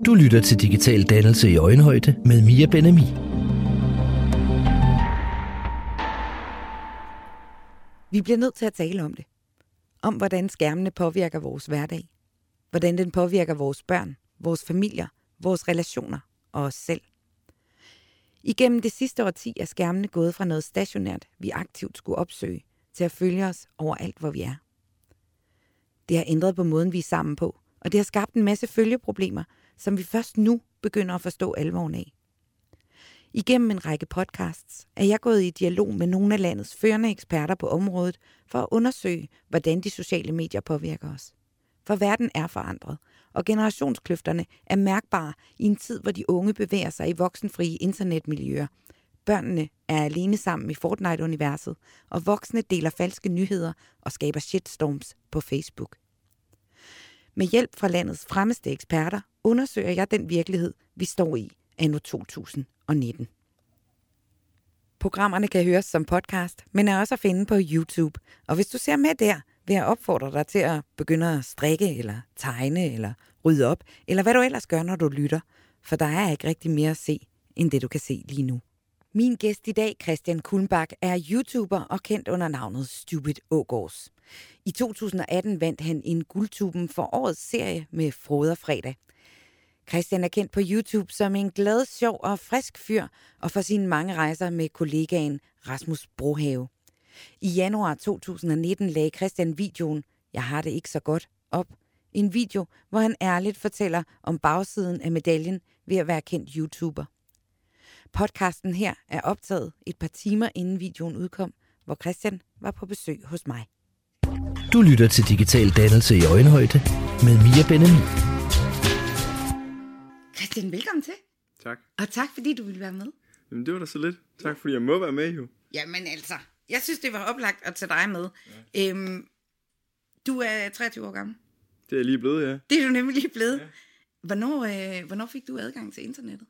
Du lytter til Digital Dannelse i Øjenhøjde med Mia Ben-Ami. Vi bliver nødt til at tale om det. Om hvordan skærmene påvirker vores hverdag. Hvordan den påvirker vores børn, vores familier, vores relationer og os selv. Igennem det sidste årti er skærmene gået fra noget stationært, vi aktivt skulle opsøge, til at følge os overalt, hvor vi er. Det har ændret på måden, vi er sammen på, og det har skabt en masse følgeproblemer, som vi først nu begynder at forstå alvoren af. Igennem en række podcasts er jeg gået i dialog med nogle af landets førende eksperter på området for at undersøge, hvordan de sociale medier påvirker os. For verden er forandret, og generationskløfterne er mærkbare i en tid, hvor de unge bevæger sig i voksenfrie internetmiljøer. Børnene er alene sammen i Fortnite-universet, og voksne deler falske nyheder og skaber shitstorms på Facebook. Med hjælp fra landets fremmeste eksperter undersøger jeg den virkelighed, vi står i anno 2019. Programmerne kan høres som podcast, men er også at finde på YouTube. Og hvis du ser med der, vil jeg opfordre dig til at begynde at strikke, eller tegne, eller rydde op, eller hvad du ellers gør, når du lytter. For der er ikke rigtig mere at se, end det du kan se lige nu. Min gæst i dag, Christian Kulmbach, er YouTuber og kendt under navnet Stupid Aagaards. I 2018 vandt han en Guldtuben for årets serie med Froder Fredag. Christian er kendt på YouTube som en glad, sjov og frisk fyr, og for sine mange rejser med kollegaen Rasmus Brohave. I januar 2019 lagde Christian videoen "Jeg har det ikke så godt" op. En video, hvor han ærligt fortæller om bagsiden af medaljen ved at være kendt YouTuber. Podcasten her er optaget et par timer inden videoen udkom, hvor Christian var på besøg hos mig. Du lytter til Digital Dannelse i Øjenhøjde med Mia Ben-Ami. Christian, velkommen til. Tak. Og tak, fordi du ville være med. Jamen, det var da så lidt. Tak, fordi jeg må være med, jo. Jamen altså, jeg synes, det var oplagt at tage dig med. Ja. Du er 23 år gammel. Det er jeg lige blevet, ja. Det er du nemlig lige blevet. Ja. Hvornår fik du adgang til internettet?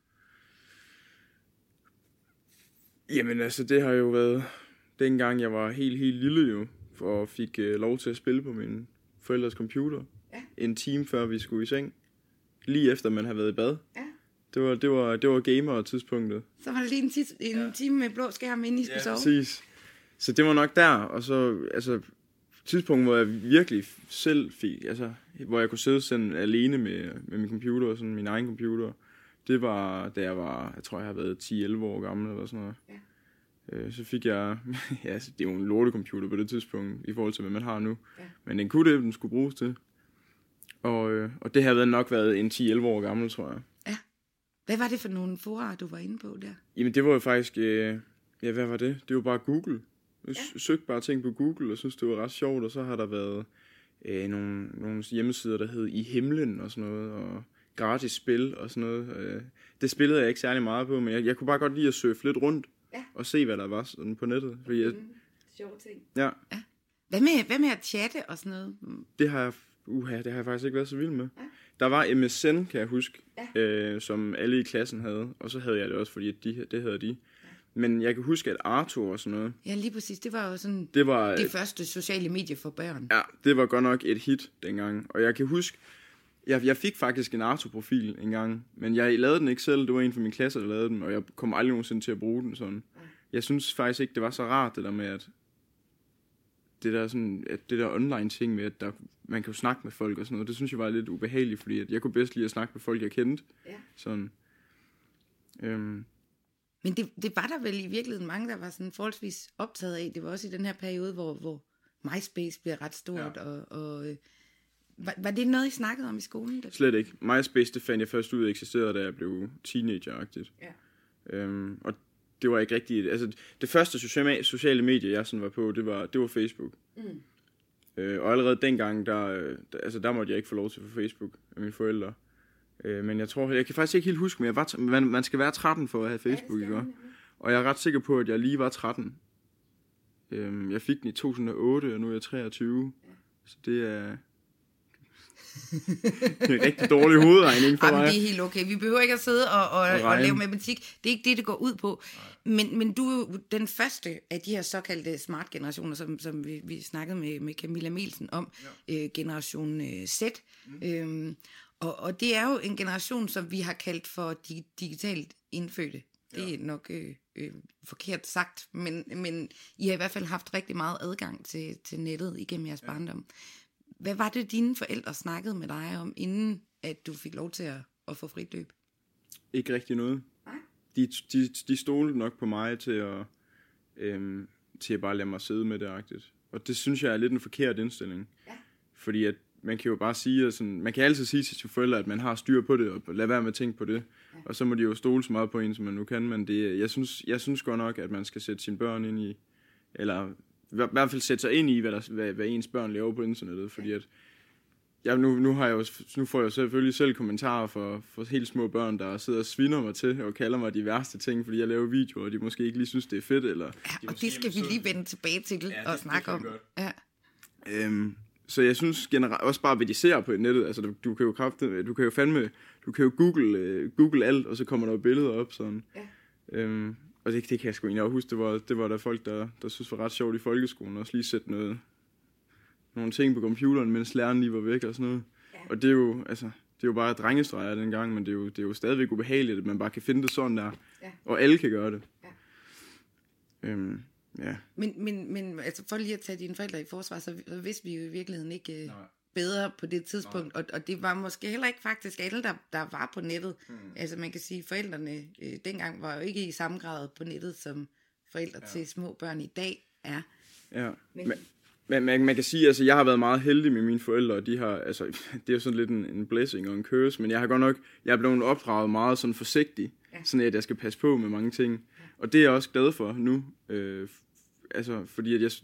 Jamen altså, det har jo været dengang, jeg var helt det jo, og fik lov til at spille på min forældres computer. Ja. En time før vi skulle i seng. Lige efter man havde været i bad. Ja. Det var gamer-tidspunktet. Så var det lige en time med blå skærm, inden I skulle sove. Præcis. Så det var nok der, og så, altså, tidspunkt, hvor jeg virkelig selv fik, altså, hvor jeg kunne sidde sådan alene med min computer, og sådan min egen computer, det var, da jeg var, jeg tror, jeg har været 10-11 år gammel, eller sådan noget. Ja. Så fik jeg, ja, det er jo en lortecomputer på det tidspunkt, i forhold til, hvad man har nu. Ja. Men den kunne det, den skulle bruges til. Og det har nok været en 10-11 år gammel, tror jeg. Ja. Hvad var det for nogle fora, du var inde på der? Jamen, det var jo faktisk, hvad var det? Det var bare Google. Jeg søgte bare ting på Google, og synes det var ret sjovt, og så har der været nogle hjemmesider, der hed I Himlen og sådan noget, og gratis spil og sådan noget. Det spillede jeg ikke særlig meget på, men jeg kunne bare godt lide at surfe lidt rundt, og se, hvad der var sådan på nettet. Fordi sjove ting. Ja. Hvad med at chatte og sådan noget? Det har jeg faktisk ikke været så vild med. Ja. Der var MSN, kan jeg huske, som alle i klassen havde, og så havde jeg det også, fordi det havde de. Men jeg kan huske, at Arthur og sådan noget... Ja, lige præcis. Det var jo sådan det første sociale medie for børn. Ja, det var godt nok et hit dengang. Og jeg kan huske, jeg fik faktisk en Arthur-profil engang, men jeg lavede den ikke selv. Det var en fra min klasse, der lavede den, og jeg kom aldrig nogensinde til at bruge den sådan. Jeg synes faktisk ikke, det var så rart, det der med, at det der online ting med, at man kan jo snakke med folk og sådan noget, det synes jeg var lidt ubehageligt, fordi at jeg kunne bedst lide at snakke med folk, jeg kendte. Ja. Sådan. Men det var der vel i virkeligheden mange, der var sådan forholdsvis optaget af. Det var også i den her periode, hvor MySpace blev ret stort. Ja. Og var det noget, I snakkede om i skolen? Slet ikke. MySpace, det fandt jeg først ud af eksisterede, da jeg blev teenager-agtigt. Ja. Og det var ikke rigtigt... Altså, det første sociale medie, jeg sådan var på, det var Facebook. Mm. Og allerede dengang, der måtte jeg ikke få lov til at få Facebook af mine forældre. Men jeg kan faktisk ikke helt huske, men man skal være 13 for at have Facebook, ikke? Og jeg er ret sikker på, at jeg lige var 13. Jeg fik den i 2008, og nu er jeg 23. Ja. Så Det er en rigtig dårlig hovedregning for mig. Jamen, det er helt okay. Vi behøver ikke at sidde og lave matematik. Det er ikke det går ud på. Men du er jo den første af de her såkaldte smart-generationer, som vi snakkede med Camilla Melsen om, generation Z. Og det er jo en generation, som vi har kaldt for digitalt indfødte. Det er nok forkert sagt, men I har i hvert fald haft rigtig meget adgang til nettet igennem jeres barndom. Hvad var det, dine forældre snakkede med dig om, inden at du fik lov til at få frit løb? Ikke rigtig noget. Nej. De stolede nok på mig til at bare lade mig sidde med det-agtigt. Og det synes jeg er lidt en forkert indstilling. Ja. Fordi at man kan jo bare sige, sådan, man kan altid sige til sine forældre, at man har styr på det, og lade være med at tænke på det. Ja. Og så må de jo stole så meget på en, som man nu kan. Men jeg synes godt nok, at man skal sætte sine børn ind i, eller i hvert fald sætte sig ind i, hvad ens børn laver på internettet. Fordi at, nu får jeg selvfølgelig selv kommentarer for helt små børn, der sidder og sviner mig til, og kalder mig de værste ting, fordi jeg laver videoer, og de måske ikke lige synes, det er fedt. Eller og det skal vi lige vende tilbage til og snakke om. Ja. Så jeg synes generelt også bare, hvad de ser på nettet, altså du kan jo google alt, og så kommer der billeder op sådan. Ja. Og det kan jeg sgu egentlig også huske, det var der folk, der synes var ret sjovt i folkeskolen, også lige sætte nogle ting på computeren, mens læreren lige var væk og sådan noget. Ja. Og det er jo bare drengestreger dengang, men det er jo stadigvæk ubehageligt, at man bare kan finde det sådan der, og alle kan gøre det. Ja. Ja. Men altså for lige at tage dine forældre i forsvar, så vidste vi jo i virkeligheden ikke bedre på det tidspunkt, og det var måske heller ikke faktisk alle, der var på nettet. Altså man kan sige, forældrene dengang var jo ikke i samme grad på nettet, som forældre til små børn i dag er. Ja, men man kan sige, altså jeg har været meget heldig med mine forældre, og de har, altså det er jo sådan lidt en blessing og en curse, men jeg er blevet opdraget meget sådan forsigtig, sådan at jeg skal passe på med mange ting, og det er jeg også glad for nu, altså fordi at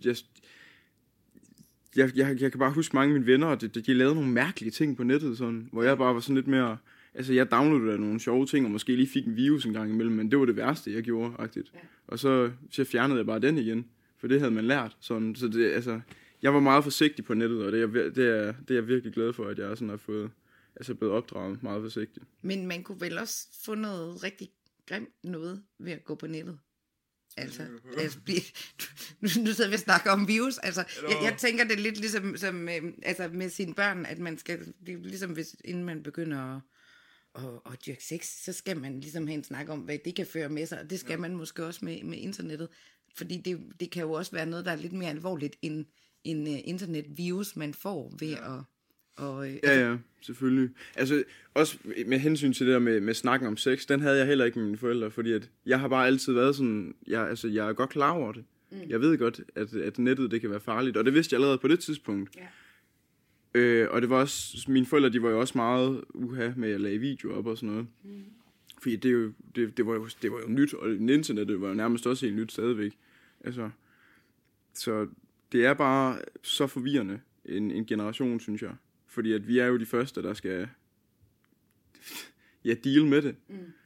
jeg kan bare huske mange af mine venner, og de lavede nogle mærkelige ting på nettet, sådan, hvor jeg bare var sådan lidt mere, altså jeg downloadede nogle sjove ting, og måske lige fik en virus en gang imellem, men det var det værste, jeg gjorde, agtigt. Og så fjernede jeg bare den igen, for det havde man lært, sådan, så det, altså, jeg var meget forsigtig på nettet, og det er jeg virkelig glad for, at jeg sådan har fået, altså blevet opdraget meget forsigtigt. Men man kunne vel også få noget rigtig grimt noget ved at gå på nettet? Altså nu sidder vi og snakker om virus. Altså, jeg tænker det lidt ligesom som, altså med sine børn, at man skal, det er ligesom hvis, inden man begynder at dyrke sex, så skal man ligesom have en snak om, hvad det kan føre med sig, og det skal man måske også med internettet, fordi det kan jo også være noget, der er lidt mere alvorligt end internetvirus, man får ved at Ja, selvfølgelig. Altså, også med hensyn til det der med snakken om sex, den havde jeg heller ikke med mine forældre, fordi at jeg har bare altid været sådan, jeg er godt klar over det. Jeg ved godt, at nettet, det kan være farligt, og det vidste jeg allerede på det tidspunkt. Ja. Og det var også, mine forældre, de var jo også meget med at lage videoer op og sådan noget. Fordi det var jo nyt, og internettet var jo nærmest også helt nyt stadigvæk. Altså, så det er bare så forvirrende en generation, synes jeg. Fordi at vi er jo de første, der skal deal med det.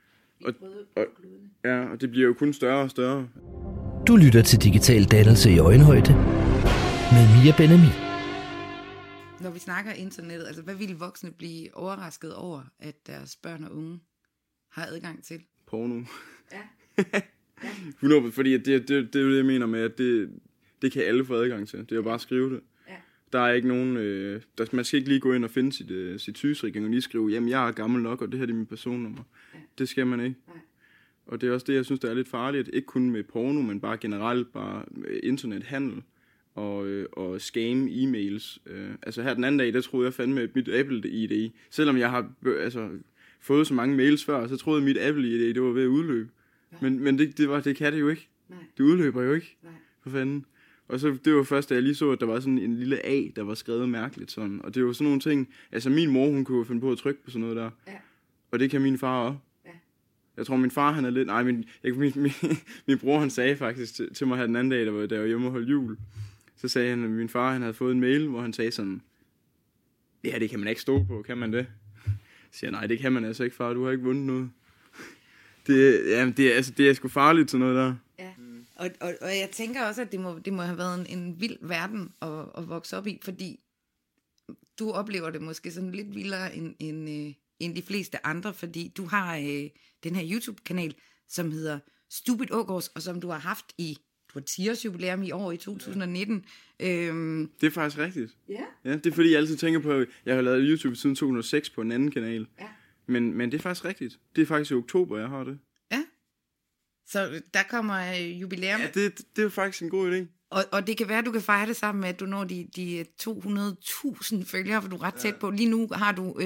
Og det bliver jo kun større og større. Du lytter til Digital Dannelse i Øjenhøjde med Mia Ben-Ami. Når vi snakker internettet, altså hvad ville voksne blive overrasket over, at deres børn og unge har adgang til? Porno. Ja. 100%, fordi det er jo det, jeg mener med, at det kan alle få adgang til. Det er jo bare at skrive det. Der er ikke nogen, man skal ikke lige gå ind og finde sit sygesikring og lige skrive, jamen jeg er gammel nok, og det her er min personnummer. Ja. Det skal man ikke. Nej. Og det er også det, jeg synes, der er lidt farligt, ikke kun med porno, men bare generelt bare internethandel og scam e-mails. Altså her den anden dag, der troede jeg fandme med mit Apple-ID. Selvom jeg har fået så mange mails før, så troede jeg mit Apple-ID, det var ved at udløbe. Ja. Men det kan det jo ikke. Nej. Det udløber jo ikke. Nej. For fanden. Og så, det var først, da jeg lige så, at der var sådan en lille A, der var skrevet mærkeligt sådan. Og det var sådan nogle ting, altså min mor, hun kunne finde på at trykke på sådan noget der. Ja. Og det kan min far også. Ja. Jeg tror, min far, han er lidt, nej, min bror, han sagde faktisk til mig her den anden dag, da jeg var hjemme og holdt jul. Så sagde han, at min far, han havde fået en mail, hvor han sagde sådan, ja, det kan man ikke stå på, kan man det? Så siger jeg, nej, det kan man altså ikke, far, du har ikke vundet noget. Det er sgu farligt sådan noget der. Ja. Og jeg tænker også, at det må have været en vild verden at vokse op i, fordi du oplever det måske sådan lidt vildere end de fleste andre, fordi du har den her YouTube-kanal, som hedder Stupid Aagaards, og som du har haft du har 10-års jubilæum i år i 2019. Det er faktisk rigtigt. Ja. Ja, det er fordi, jeg altid tænker på, at jeg har lavet YouTube siden 2006 på en anden kanal. Ja. Men det er faktisk rigtigt. Det er faktisk i oktober, jeg har det. Ja. Så der kommer jubilæum. Ja, det er faktisk en god idé. Og det kan være, at du kan fejre det sammen med, at du når de 200.000 følgere, for du er ret tæt på. Lige nu har du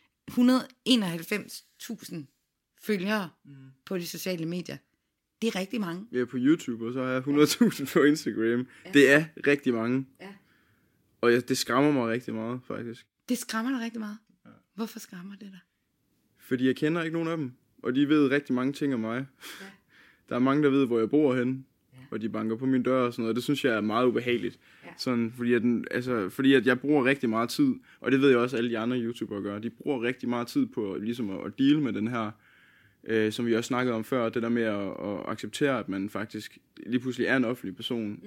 191.000 følgere på de sociale medier. Det er rigtig mange. Jeg er på YouTube, og så har jeg 100.000 på Instagram. Ja. Det er rigtig mange. Ja. Og det skræmmer mig rigtig meget, faktisk. Det skræmmer dig rigtig meget? Ja. Hvorfor skræmmer det dig? Fordi jeg kender ikke nogen af dem. Og de ved rigtig mange ting om mig. Ja. Der er mange, der ved, hvor jeg bor henne. Ja. Og de banker på min dør og sådan noget. Det synes jeg er meget ubehageligt. Ja. Sådan, fordi at jeg bruger rigtig meget tid. Og det ved jeg også, alle de andre YouTubere gør. De bruger rigtig meget tid på ligesom at deale med den her... som vi også snakkede om før, det der med at acceptere, at man faktisk lige pludselig er en offentlig person.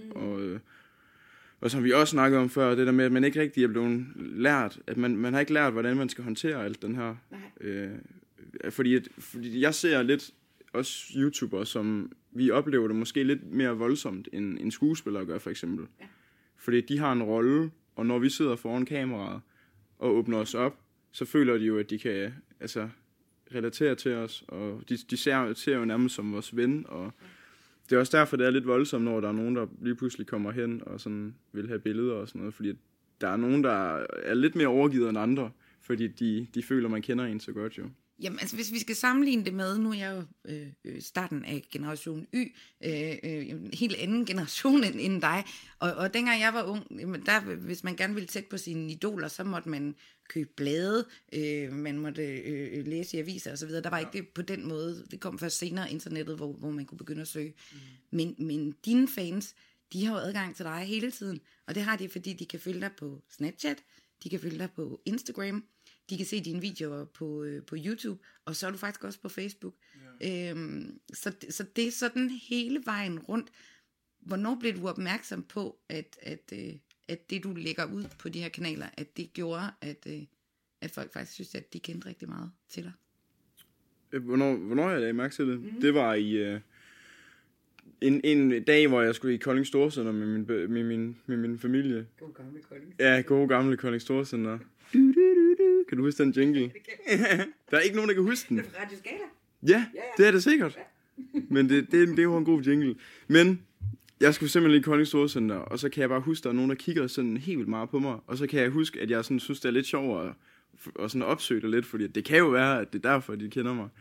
Og som vi også snakkede om før, det der med, at man ikke rigtig er blevet lært, at man har ikke lært, hvordan man skal håndtere alt den her. Fordi jeg ser lidt også YouTubere, som vi oplever det måske lidt mere voldsomt, end skuespillere gør for eksempel. Ja. Fordi de har en rolle, og når vi sidder foran kameraet og åbner os op, så føler de jo, at de kan relatere til os, og de ser jo nærmest som vores ven, og det er også derfor, det er lidt voldsomt, når der er nogen, der lige pludselig kommer hen og sådan vil have billeder og sådan noget, fordi der er nogen, der er lidt mere overgivet end andre, fordi de føler, man kender en så godt jo. Jamen, altså hvis vi skal sammenligne det med, nu er jeg jo starten af generation Y, en helt anden generation end dig, og dengang jeg var ung, der, hvis man gerne ville tæt på sine idoler, så måtte man købe blade, man måtte læse i aviser osv., der var ikke det på den måde, det kom først senere internettet, hvor man kunne begynde at søge. Men dine fans, de har jo adgang til dig hele tiden, og det har de, fordi de kan følge dig på Snapchat, de kan følge dig på Instagram, de kan se dine videoer på YouTube, og så er du faktisk også på Facebook. Ja. Så det er sådan hele vejen rundt. Hvornår blev du opmærksom på, at det du lægger ud på de her kanaler, at det gjorde, at folk faktisk synes, at de kendte rigtig meget til dig? Hvornår jeg lagde mærke til det? Det var i en dag, hvor jeg skulle i Kolding Storcenter med min familie. God gamle Kolding Storcenter. Ja, gode gamle Kolding Storcenter. Kan du huske den jingle? Der er ikke nogen, der kan huske den. Det er fra Radio Skala. Ja, det er det sikkert. Men det er jo en god jingle. Men jeg skulle simpelthen i Kolding Storcenter, og så kan jeg bare huske, at der er nogen, der kigger sådan helt vildt meget på mig. Og så kan jeg huske, at jeg sådan synes, det er lidt sjovere og sådan opsøge det lidt, fordi det kan jo være, at det er derfor, de kender mig.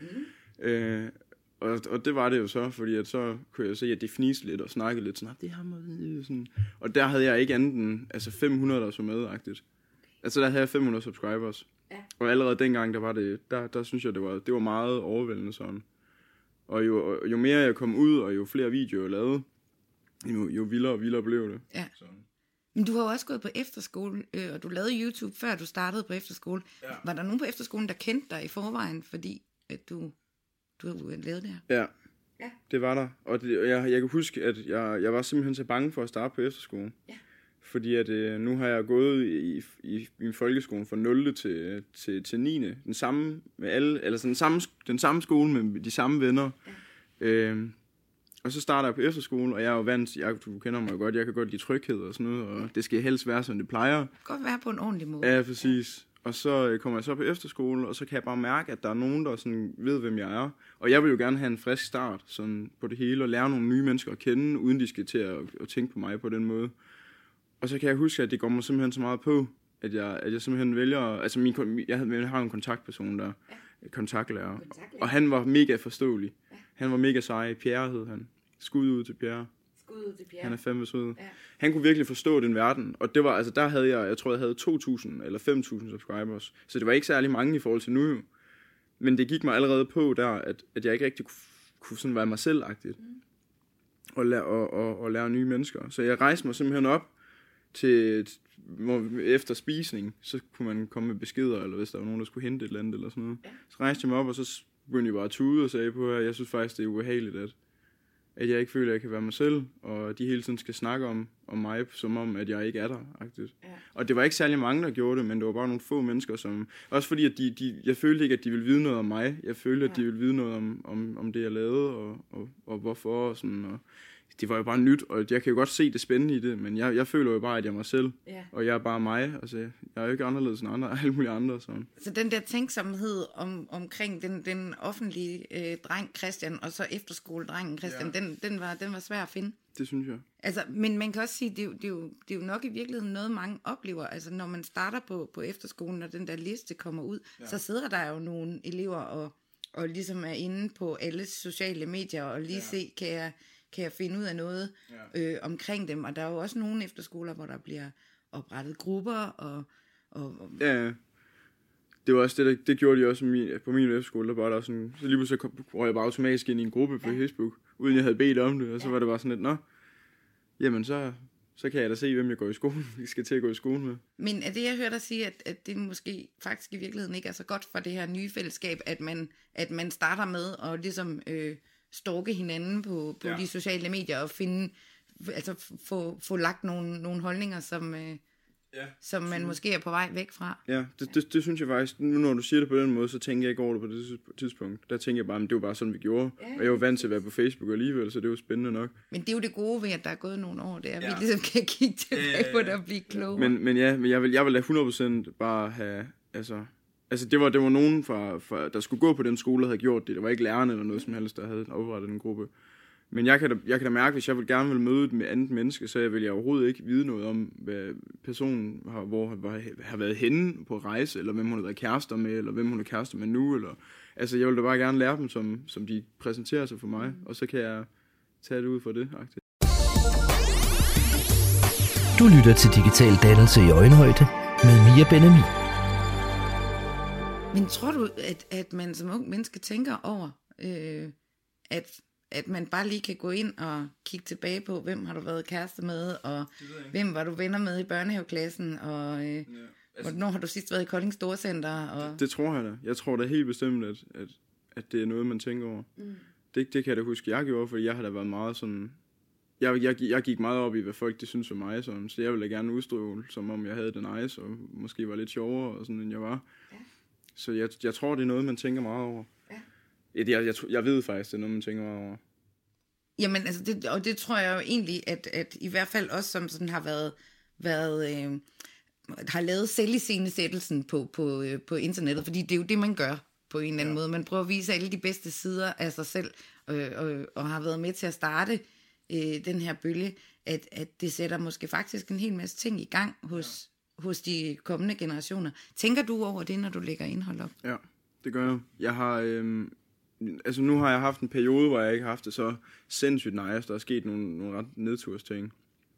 Og det var det jo så, fordi at så kunne jeg se, at de fniste lidt og snakkede lidt sådan, det her sådan. Og der havde jeg ikke andet end 500, der så med-agtigt. Altså der havde jeg 500 subscribers. Ja. Og allerede dengang, der synes jeg, det var meget overvældende sådan. Og jo mere jeg kom ud, og jo flere videoer jeg lavede, jo vildere og vildere blev det. Ja. Sådan. Men du har jo også gået på efterskole, og du lavede YouTube, før du startede på efterskole. Ja. Var der nogen på efterskolen, der kendte dig i forvejen, fordi at du lavede det her? Ja, det var der. Og jeg kan huske, at jeg var simpelthen så bange for at starte på efterskolen. Ja. Fordi at nu har jeg gået i min folkeskole fra 0. til 9. Den samme med alle, eller den samme skole med de samme venner. Ja. Og så starter jeg på efterskole, og jeg er jo vant, du kender mig jo godt, jeg kan godt lide tryghed og sådan noget, og det skal helst være, som det plejer. Godt være på en ordentlig måde. Ja, præcis. Ja. Og så kommer jeg så på efterskole, og så kan jeg bare mærke, at der er nogen, der sådan ved, hvem jeg er. Og jeg vil jo gerne have en frisk start sådan på det hele, og lære nogle nye mennesker at kende, uden de skal til at tænke på mig på den måde. Og så kan jeg huske, at det går mig simpelthen så meget på, at jeg simpelthen vælger... Altså, jeg har en kontaktperson der, kontaktlærer, og han var mega forståelig. Ja. Han var mega sej. Pierre hed han. Skud ud til Pierre. Han er fandme sød. Ja. Han kunne virkelig forstå den verden, og det var, altså, der havde jeg tror, jeg havde 2.000 eller 5.000 subscribers. Så det var ikke særlig mange i forhold til nu. Men det gik mig allerede på der, at jeg ikke rigtig kunne sådan være mig selv-agtigt. Og lære nye mennesker. Så jeg rejste mig simpelthen op til efter spisning, så kunne man komme med beskeder, eller hvis der var nogen, der skulle hente et eller andet, eller sådan noget. Ja. Så rejste jeg mig op, og så begyndte jeg bare at tude og sagde på, at jeg synes faktisk, det er ubehageligt, at jeg ikke føler, at jeg kan være mig selv, og de hele tiden skal snakke om mig, som om, at jeg ikke er der. Ja. Og det var ikke særlig mange, der gjorde det, men det var bare nogle få mennesker, som... Også fordi, at jeg følte ikke, at de ville vide noget om mig. Jeg følte, at de ville vide noget om det, jeg lavede, og hvorfor, og sådan... Og det var jo bare nyt, og jeg kan jo godt se det spændende i det, men jeg føler jo bare, at jeg er mig selv, og jeg er bare mig. Altså, jeg er jo ikke anderledes end alle mulige andre. Så den der tænksomhed omkring den offentlige dreng Christian, og så efterskoledrengen Christian, den var svær at finde. Det synes jeg. Altså, men man kan også sige, det er jo nok i virkeligheden noget, mange oplever. Altså, når man starter på efterskolen, og den der liste kommer ud, så sidder der jo nogle elever og ligesom er inde på alle sociale medier, og lige se, kan jeg finde ud af noget omkring dem. Og der er jo også nogle efterskoler, hvor der bliver oprettet grupper. Og Ja, det var også det gjorde de også på min efterskole. Der var der sådan, så lige pludselig røg jeg bare automatisk ind i en gruppe på Facebook, uden jeg havde bedt om det. Og så var det bare sådan lidt, jamen så kan jeg da se, hvem jeg går i skole. Vi skal til at gå i skole med. Men er det, jeg hører dig sige, at det måske faktisk i virkeligheden ikke er så godt for det her nye fællesskab, at man starter med at ligesom stalke hinanden på de sociale medier og få lagt nogle holdninger, som man måske er på vej væk fra. Ja, det synes jeg faktisk. Nu når du siger det på den måde, så tænker jeg ikke over det på det tidspunkt. Der tænker jeg bare, at det var bare sådan, vi gjorde. Ja. Og jeg var vant til at være på Facebook alligevel, så det var spændende nok. Men det er jo det gode ved, at der er gået nogle år, det er, at vi ligesom kan kigge tilbage på det og blive klogere. Men jeg vil da 100% bare have... Altså det var nogen, der skulle gå på den skole, der havde gjort det. Det var ikke lærerne eller noget som helst, der havde oprettet en gruppe. Men jeg kan da mærke, hvis jeg gerne vil møde et andet menneske, så vil jeg overhovedet ikke vide noget om, hvad personen har været henne på rejse, eller hvem hun har været kærester med, eller hvem hun er kærester med nu. Eller, altså jeg vil da bare gerne lære dem, som de præsenterer sig for mig, og så kan jeg tage det ud fra det. Du lytter til Digital Dannelse i Øjenhøjde med Mia Ben-Ami. Men tror du, at man som ung menneske tænker over, at man bare lige kan gå ind og kigge tilbage på, hvem har du været kæreste med, og hvem var du venner med i børnehaveklassen, og hvornår har du sidst været i Kolding Storcenter? Og... Det tror jeg da. Jeg tror da helt bestemt, at det er noget, man tænker over. Det kan jeg da huske, jeg gjorde, fordi jeg har da været meget sådan... Jeg gik meget op i, hvad folk de synes var mig, så jeg ville da gerne udstråle, som om jeg havde den nice, og måske var lidt sjovere, og sådan, end jeg var. Ja. Så jeg tror, det er noget, man tænker meget over. Ja. Jeg ved faktisk, det er noget, man tænker meget over. Jamen, altså, det tror jeg jo egentlig, at i hvert fald også, som sådan har har lavet selviscenesættelsen på internettet, fordi det er jo det, man gør på en eller anden måde. Man prøver at vise alle de bedste sider af sig selv, og har været med til at starte den her bølge, at det sætter måske faktisk en hel masse ting i gang hos de kommende generationer. Tænker du over det, når du lægger indhold op? Ja, det gør jeg. Jeg har... nu har jeg haft en periode, hvor jeg ikke har haft det så sindssygt nice. Der er sket nogle ret nedtursting.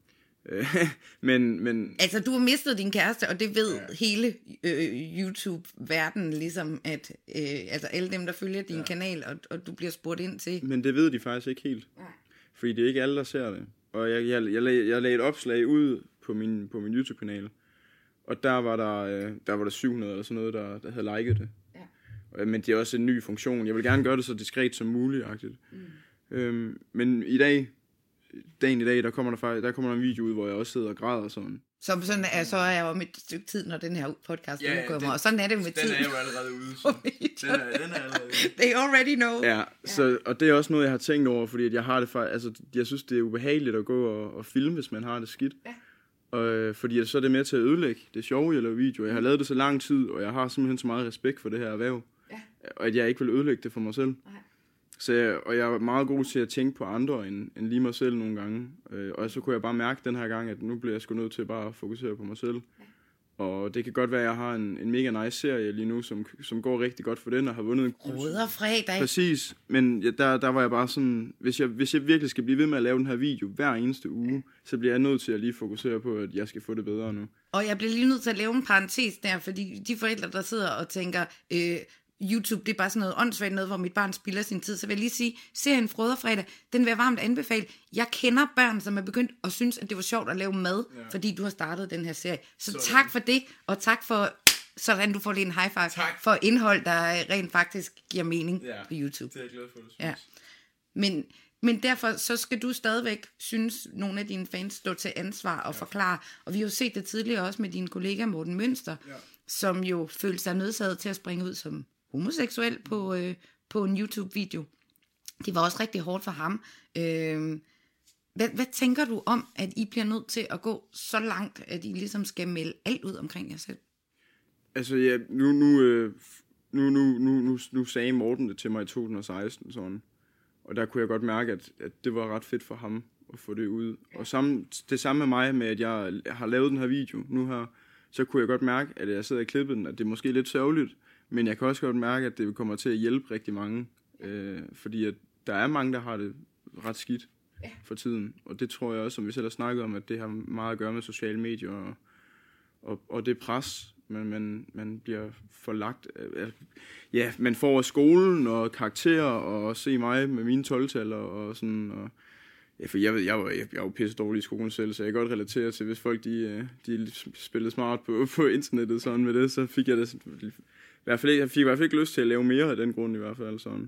men... Altså, du har mistet din kæreste, og det ved hele YouTube-verdenen, ligesom at alle dem, der følger din kanal, og du bliver spurgt ind til. Men det ved de faktisk ikke helt. Nej. Fordi det er ikke alle, der ser det. Og jeg lagde et opslag ud på min YouTube-kanal, og der var der 700 eller sådan noget, der havde liket det. Ja. Men det er også en ny funktion. Jeg vil gerne gøre det så diskret som muligt. Men dagen i dag, der kommer der en video ud, hvor jeg også sidder og græder sådan. Så er jeg om et stykke tid, når den her podcast udkommer. Og sådan er det jo med tid. Den er jo allerede ude. Så. Den er allerede ude. They already know. Ja, så, og det er også noget, jeg har tænkt over, fordi at jeg har det jeg synes, det er ubehageligt at gå og filme, hvis man har det skidt. Ja. Fordi så er det med til at ødelægge det sjove, jeg laver videoer. Jeg har lavet det så lang tid, og jeg har simpelthen så meget respekt for det her erhverv. Ja. Og at jeg ikke vil ødelægge det for mig selv. Nej. Og jeg er meget god til at tænke på andre end lige mig selv nogle gange. Og så kunne jeg bare mærke den her gang, at nu bliver jeg sgu nødt til bare at fokusere på mig selv. Ja. Og det kan godt være, at jeg har en mega nice serie lige nu, som går rigtig godt for den, og har vundet en Ruderfredag. Præcis, men der var jeg bare sådan, hvis jeg virkelig skal blive ved med at lave den her video hver eneste uge, så bliver jeg nødt til at lige fokusere på, at jeg skal få det bedre nu. Og jeg bliver lige nødt til at lave en parentes der, fordi de forældre, der sidder og tænker... YouTube, det er bare sådan noget åndssvagt noget, hvor mit barn spilder sin tid. Så vil jeg lige sige, serien Frøderfredag, den vil jeg varmt anbefale. Jeg kender børn, som er begyndt at synes, at det var sjovt at lave mad, fordi du har startet den her serie. Så tak for det, og tak for, sådan du får lige en high five, for indhold, der rent faktisk giver mening på YouTube. Det er jeg glad for, du synes. Ja. Men derfor så skal du stadigvæk, synes nogle af dine fans, stå til ansvar og forklare. Og vi har jo set det tidligere også med din kollega Morten Mønster, som jo følte sig nødsaget til at springe ud som homoseksuel på en YouTube-video. Det var også rigtig hårdt for ham. Hvad tænker du om, at I bliver nødt til at gå så langt, at I ligesom skal melde alt ud omkring jer selv? Altså ja, nu sagde Morten det til mig i 2016 sådan. Og der kunne jeg godt mærke, at det var ret fedt for ham at få det ud. Og det samme med mig, med at jeg har lavet den her video nu her, så kunne jeg godt mærke, at jeg sidder og klipper den, at det er måske lidt sørgeligt, men jeg kan også godt mærke, at det kommer til at hjælpe rigtig mange. Fordi at der er mange, der har det ret skidt for tiden. Og det tror jeg også, som vi selv har snakket om, at det har meget at gøre med sociale medier og det pres, man bliver forlagt. Ja, man får af skolen og karakterer og se mig med mine 12-taller og sådan. Og, ja, for jeg var jo pisse dårlig i skolen selv, så jeg kan godt relatere til, hvis folk de spillede smart på internettet sådan med det, så fik jeg det jeg fik i hvert fald ikke lyst til at lave mere af den grund i hvert fald sådan.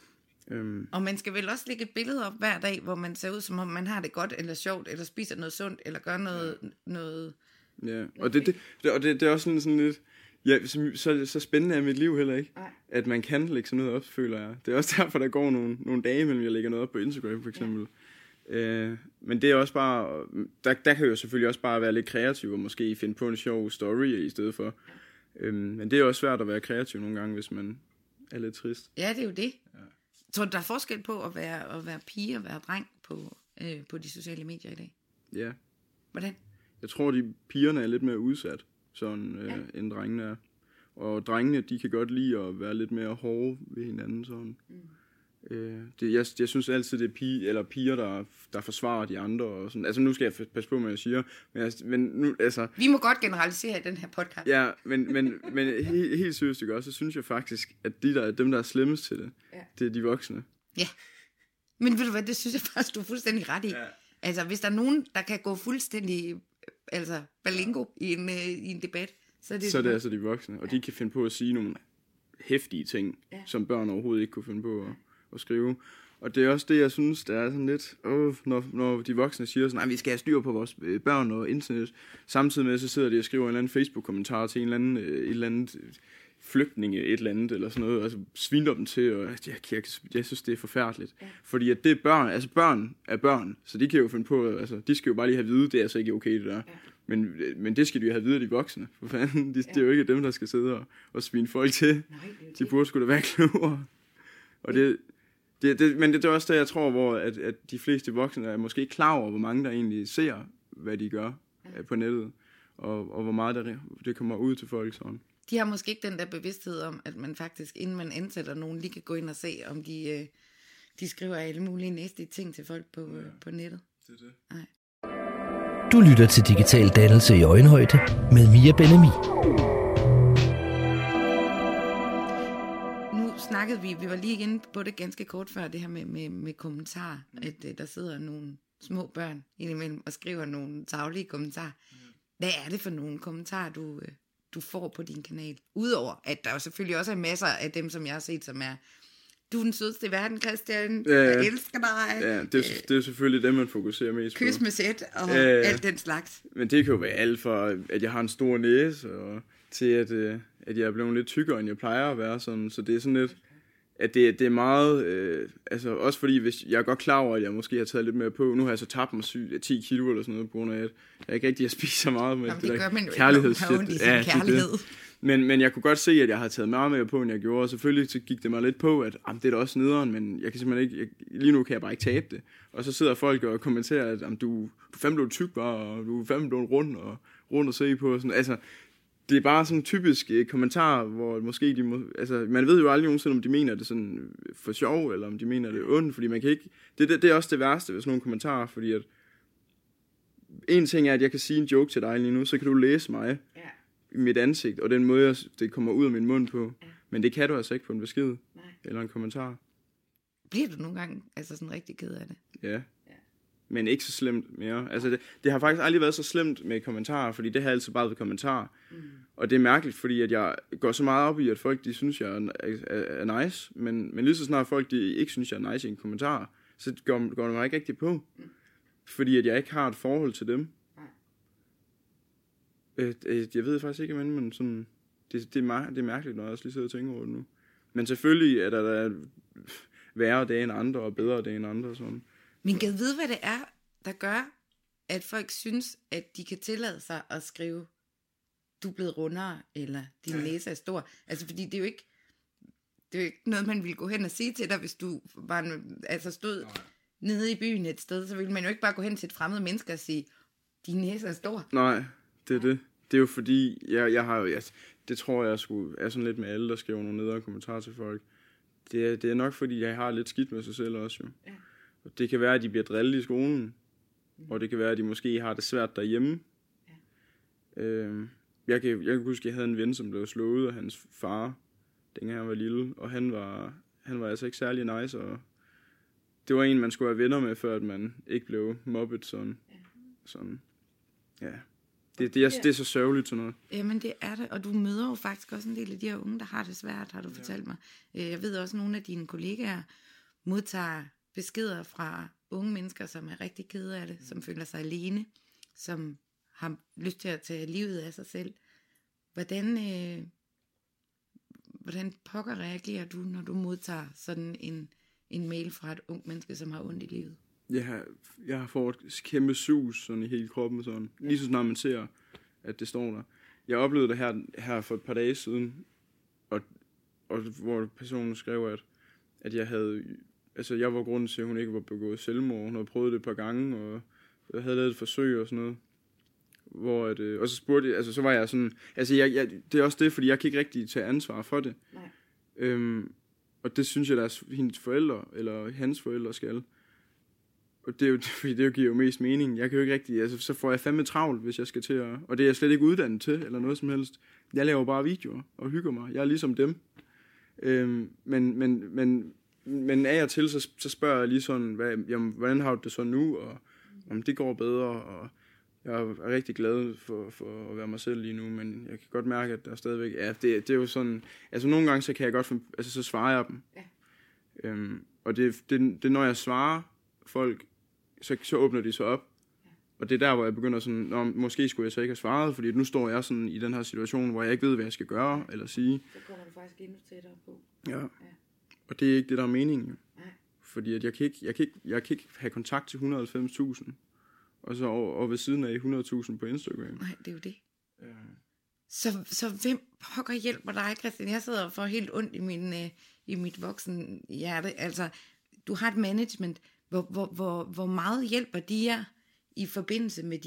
Og man skal vel også lægge et billede op hver dag, hvor man ser ud som om man har det godt eller sjovt, eller spiser noget sundt, eller gør noget. Ja, og det er også sådan lidt, ja, så spændende er mit liv heller ikke, at man kan lægge sådan noget op, føler jeg. Det er også derfor, der går nogle dage mellem, jeg lægger noget op på Instagram for eksempel. Men det er også bare, der kan jo selvfølgelig også bare være lidt kreativ, og måske finde på en sjov story i stedet for. Men det er også svært at være kreativ nogle gange, hvis man er lidt trist. Ja, det er jo det. Ja. Tror du, der er forskel på at være pige og være dreng på de sociale medier i dag? Ja. Hvordan? Jeg tror, de pigerne er lidt mere udsat, sådan, end drengene er. Og drengene, de kan godt lide at være lidt mere hårde ved hinanden. Sådan. Jeg synes altid, det er piger, der forsvarer de andre. Og sådan. Altså, nu skal jeg passe på, hvad jeg siger. Men nu, altså, vi må godt generalisere i den her podcast. Ja, men helt seriøst, ikke også, så synes jeg faktisk, at dem, der er slemmest til det, det er de voksne. Ja, men ved du hvad, det synes jeg faktisk, du er fuldstændig ret i. Ja. Altså, hvis der er nogen, der kan gå fuldstændig balingo i en debat, så er det altså de voksne. Og de kan finde på at sige nogle heftige ting, som børn overhovedet ikke kunne finde på at skrive. Og det er også det, jeg synes, der er sådan lidt, når de voksne siger sådan, vi skal have styr på vores børn og internet. Samtidig med, så sidder de og skriver en eller anden Facebook-kommentar til et eller andet flygtninge, et eller andet, eller sådan noget, og så sviner dem til, og jeg synes, det er forfærdeligt. Ja. Fordi at det er børn, altså børn er børn, så de kan jo finde på, altså de skal jo bare lige have at vide, det er altså ikke okay, det der. Ja. Men det skal de jo have at vide, de voksne. For fanden, det er jo ikke dem, der skal sidde og svine folk til. Nej, de burde sgu da være klogere. Og men det er også det, jeg tror, hvor at de fleste voksne er måske ikke klar over, hvor mange der egentlig ser, hvad de gør på nettet, og hvor meget det kommer ud til folk sådan. De har måske ikke den der bevidsthed om, at man faktisk, inden man ansætter nogen, lige kan gå ind og se, om de skriver alle mulige næste ting til folk på nettet. Det er det. Nej. Du lytter til Digital Dannelse i Øjenhøjde med Mia Ben-Ami. Nu snakkede vi var lige inde på det ganske kort før, det her med kommentarer, at der sidder nogle små børn indimellem og skriver nogle tarvelige kommentarer. Hvad er det for nogle kommentarer, du får på din kanal? Udover, at der jo selvfølgelig også er masser af dem, som jeg har set, som er, du er den sødeste i verden, Christian, jeg elsker dig. Ja, det er selvfølgelig dem, man fokuserer mest på. Kys med sæt og alt den slags. Men det kan jo være alt fra, at jeg har en stor næse, og til at jeg er blevet lidt tykkere, end jeg plejer at være. Sådan. Så det er sådan lidt, at det er meget, altså også fordi, hvis jeg er godt klar over, at jeg måske har taget lidt mere på. Nu har jeg så tabt mig 10 kilo eller sådan noget, på grund af, at jeg ikke rigtig har spist så meget med det der kærlighedsshit. Ja, kærlighed. Men jeg kunne godt se, at jeg har taget meget mere på, end jeg gjorde, og selvfølgelig så gik det mig lidt på, at det er da også nederen, men jeg kan simpelthen ikke, lige nu kan jeg bare ikke tabe det. Og så sidder folk og kommenterer, at du er fandme blevet tyk bare, og du er fandme blevet rundt og se på, og sådan, altså, det er bare sådan en typisk kommentar, hvor måske man ved jo aldrig nogensinde, om de mener det sådan for sjov, eller om de mener det ondt, fordi man kan ikke, det er også det værste ved sådan nogle kommentarer, fordi at en ting er, at jeg kan sige en joke til dig lige nu, så kan du læse mig i mit ansigt, og den måde, det kommer ud af min mund på, men det kan du altså ikke på en besked, eller en kommentar. Bliver du nogle gange sådan rigtig ked af det? Ja. Men ikke så slemt mere. Altså det har faktisk aldrig været så slemt med kommentarer, fordi det har altid bare været kommentarer. Og det er mærkeligt, fordi at jeg går så meget op i, at folk de synes, jeg er nice, men lige så snart folk de ikke synes, jeg er nice i en kommentar, så går det mig ikke rigtig på. Fordi at jeg ikke har et forhold til dem. Jeg ved faktisk ikke, men sådan, det er mærkeligt, når jeg også lige sidder og tænker over det nu. Men selvfølgelig er der værre dage end andre, og bedre dage end andre. Sådan. Men kan du vide, hvad det er, der gør, at folk synes, at de kan tillade sig at skrive, du er blevet rundere, eller din næse er stor? Altså, fordi det er jo ikke noget, man ville gå hen og sige til dig, hvis du bare stod nede i byen et sted, så ville man jo ikke bare gå hen til et fremmed menneske og sige, din næse er stor. Nej, det er det. Det er jo fordi, jeg har jo, det tror jeg er sådan lidt med alle, der skriver nogle nedre kommentarer til folk. Det er nok fordi, jeg har lidt skidt med sig selv også jo. Ja. Og det kan være, at de bliver drillet i skolen, og det kan være, at de måske har det svært derhjemme. Ja. Jeg kan huske, at jeg havde en ven, som blev slået af hans far, dengang han var lille, og han var altså ikke særlig nice, og det var en, man skulle være venner med, før at man ikke blev mobbet sådan. Ja. Sådan. Ja. Det er så sørgeligt sådan noget. Jamen det er det, og du møder jo faktisk også en del af de her unge, der har det svært, har du fortalt mig. Jeg ved også, at nogle af dine kollegaer modtager beskeder fra unge mennesker, som er rigtig kede af det, som føler sig alene, som har lyst til at tage livet af sig selv. Hvordan pokker reagerer du, når du modtager sådan en mail fra et ung menneske, som har ondt i livet? Jeg har fået et kæmpe sus sådan i hele kroppen. Sådan. Lige så snart man ser, at det står der. Jeg oplevede det her for et par dage siden, og hvor personen skrev, at jeg havde... Altså, jeg var grunden til, at hun ikke var begået selvmord. Hun havde prøvet det et par gange, og jeg havde lavet et forsøg og sådan noget. Og så spurgte jeg... Altså, så var jeg sådan... Altså, det er også det, fordi jeg kan ikke rigtig tage ansvar for det. Nej. Og det synes jeg, der hendes forældre, eller hans forældre skal. Og det er jo, fordi det giver jo mest mening. Jeg kan jo ikke rigtig... Altså, så får jeg fandme travlt, hvis jeg skal til at... Og det er jeg slet ikke uddannet til, eller noget som helst. Jeg laver bare videoer og hygger mig. Jeg er ligesom dem. Men af og til, så spørger jeg lige sådan, hvordan har du det så nu? Og om det går bedre, og jeg er rigtig glad for at være mig selv lige nu, men jeg kan godt mærke, at der stadigvæk... Ja, det er jo sådan... Altså, nogle gange, så kan jeg godt... Altså, så svarer jeg dem. Ja. Og det når jeg svarer folk, så åbner de sig op. Ja. Og det er der, hvor jeg begynder sådan, måske skulle jeg så ikke have svaret, fordi nu står jeg sådan i den her situation, hvor jeg ikke ved, hvad jeg skal gøre eller sige. Så kommer du faktisk endnu tættere på. Ja. Og det er ikke det, der er meningen. Nej. Fordi at jeg kan ikke have kontakt til 190.000, og så over ved siden af 100.000 på Instagram. Nej, det er jo det. Ja. Så hvem pokker hjælper dig, Christian? Jeg sidder og får helt ondt i mit voksen hjerte. Altså, du har et management. Hvor meget hjælper de jer i forbindelse med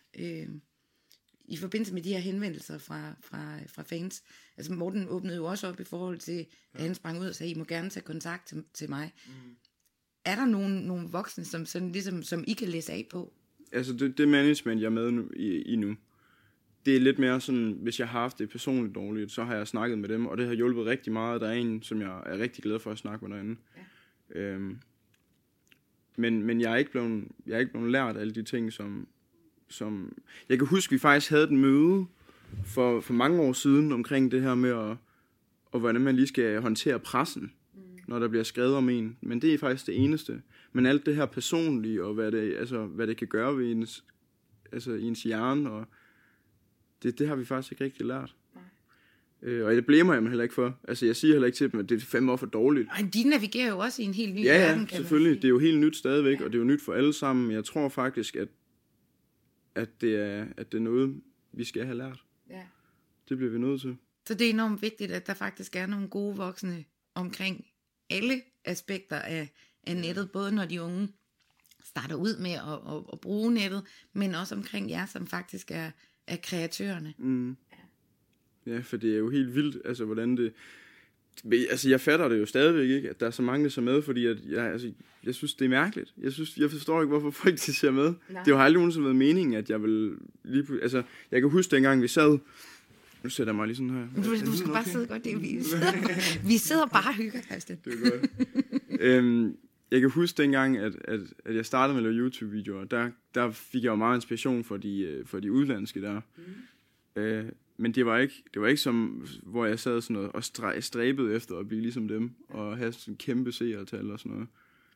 de her henvendelser fra fans? Altså Morten åbnede jo også op i forhold til, at han sprang ud og sagde, I må gerne tage kontakt til mig. Mm. Er der nogle voksne, som sådan ligesom, som I kan læse af på? Altså det management, jeg er med nu, det er lidt mere sådan, hvis jeg har haft det personligt dårligt, så har jeg snakket med dem, og det har hjulpet rigtig meget. Der er en, som jeg er rigtig glad for at snakke med derinde. Ja. Men jeg er ikke blevet lært alle de ting, som... Jeg kan huske, vi faktisk havde et møde for mange år siden omkring det her med, og hvordan man lige skal håndtere pressen, når der bliver skrevet om en. Men det er faktisk det eneste. Men alt det her personlige, og hvad det kan gøre ved ens hjerne, og det har vi faktisk ikke rigtig lært. Og det blæmer jeg mig heller ikke for. Altså, jeg siger heller ikke til dem, at det er 5 år for dårligt. Og de navigerer jo også i en helt ny verden, kan selvfølgelig. Det er jo helt nyt stadigvæk, og det er jo nyt for alle sammen. Men jeg tror faktisk, at det er noget, vi skal have lært. Ja. Det bliver vi nødt til. Så det er enormt vigtigt, at der faktisk er nogle gode voksne omkring alle aspekter af nettet. Både når de unge starter ud med at bruge nettet, men også omkring jer, som faktisk er kreatørerne. Mm. Ja, for det er jo helt vildt, altså hvordan det... Altså, jeg fatter det jo stadigvæk ikke, at der er så mange, der ser med, fordi at jeg synes, det er mærkeligt. Jeg forstår ikke, hvorfor folk de ser med. Nej. Det har aldrig nogensinde været meningen, at jeg vil lige... Altså, jeg kan huske dengang, vi sad... Nu sætter jeg mig lige sådan her. Du skal bare sidde godt, vi sidder bare og hygger, Christian. Det er godt. Jeg kan huske dengang, at jeg startede med at lave YouTube-videoer, der fik jeg jo meget inspiration for de udlandske der. Mm. Men det var ikke som, hvor jeg sad sådan noget og stræbede efter at blive ligesom dem, og have sådan kæmpe seertal og sådan noget.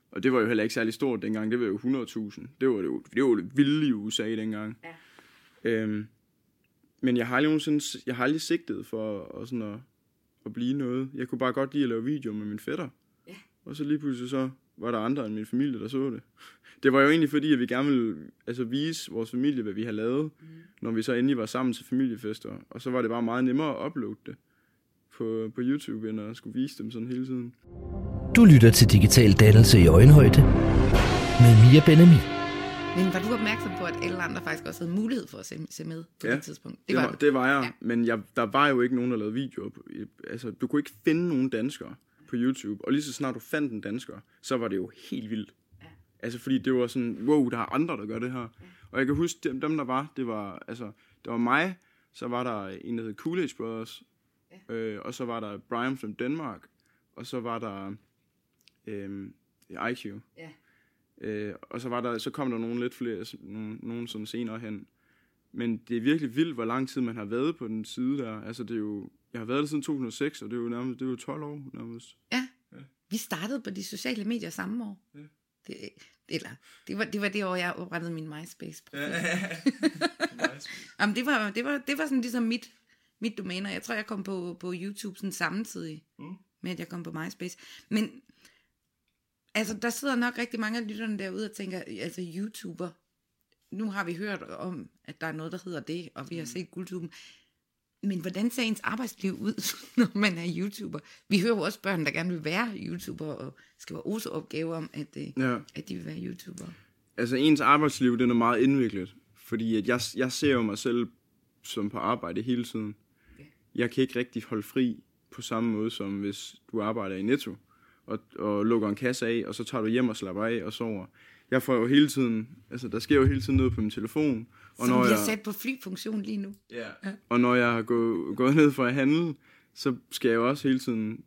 Og det var jo heller ikke særlig stort dengang. Det var jo 100.000. Det var jo vildt i USA dengang. Ja. Men jeg har aldrig sigtet for at blive noget. Jeg kunne bare godt lide at lave videoer med min fætter. Ja. Og så lige pludselig så var der andre end min familie, der så det. Det var jo egentlig fordi, at vi gerne ville vise vores familie, hvad vi har lavet, når vi så endelig var sammen til familiefester. Og så var det bare meget nemmere at uploade det på YouTube, end at skulle vise dem sådan hele tiden. Du lytter til Digital Dannelse i Øjenhøjde med Mia Ben-Ami. Men var du opmærksom på, at alle andre faktisk også havde mulighed for at se med på det tidspunkt? Det var jeg, ja. Men der var jo ikke nogen, der lavede videoer. Altså, du kunne ikke finde nogen danskere på YouTube, og lige så snart du fandt en dansker, så var det jo helt vildt. Ja. Altså, fordi det var sådan, wow, der er andre, der gør det her. Ja. Og jeg kan huske, dem der var, det var mig, så var der en, der hed Coolidge Brothers, og så var der Brian from Denmark, og så var der IQ. Ja. Og så kom der nogle lidt flere, nogle sådan senere hen. Men det er virkelig vildt, hvor lang tid man har været på den side der. Altså det er jo, jeg har været der siden 2006, og det er jo 12 år nærmest. Ja. Vi startede på de sociale medier samme år. Ja. Det var det år, jeg oprettede min MySpace-profil. Jamen, det var sådan ligesom mit domæne. Jeg tror, jeg kom på YouTube sådan samtidig med, at jeg kom på MySpace. Men altså, der sidder nok rigtig mange af lytterne derude og tænker, altså YouTuber, nu har vi hørt om, at der er noget, der hedder det, og vi har set Guldtuben. Men hvordan ser ens arbejdsliv ud, når man er YouTuber? Vi hører jo også børn, der gerne vil være YouTuber, og skriver også opgaver om, at de vil være YouTuber. Altså, ens arbejdsliv, det er meget indviklet. Fordi at jeg ser jo mig selv som på arbejde hele tiden. Jeg kan ikke rigtig holde fri på samme måde, som hvis du arbejder i Netto. Og lukker en kasse af, og så tager du hjem og slapper af og sover. Jeg får jo hele tiden, altså der sker jo hele tiden noget på min telefon. Og som vi har sat på flyfunktion lige nu. Ja. Og når jeg har gået ned for at handle, så skal jeg jo også hele tiden,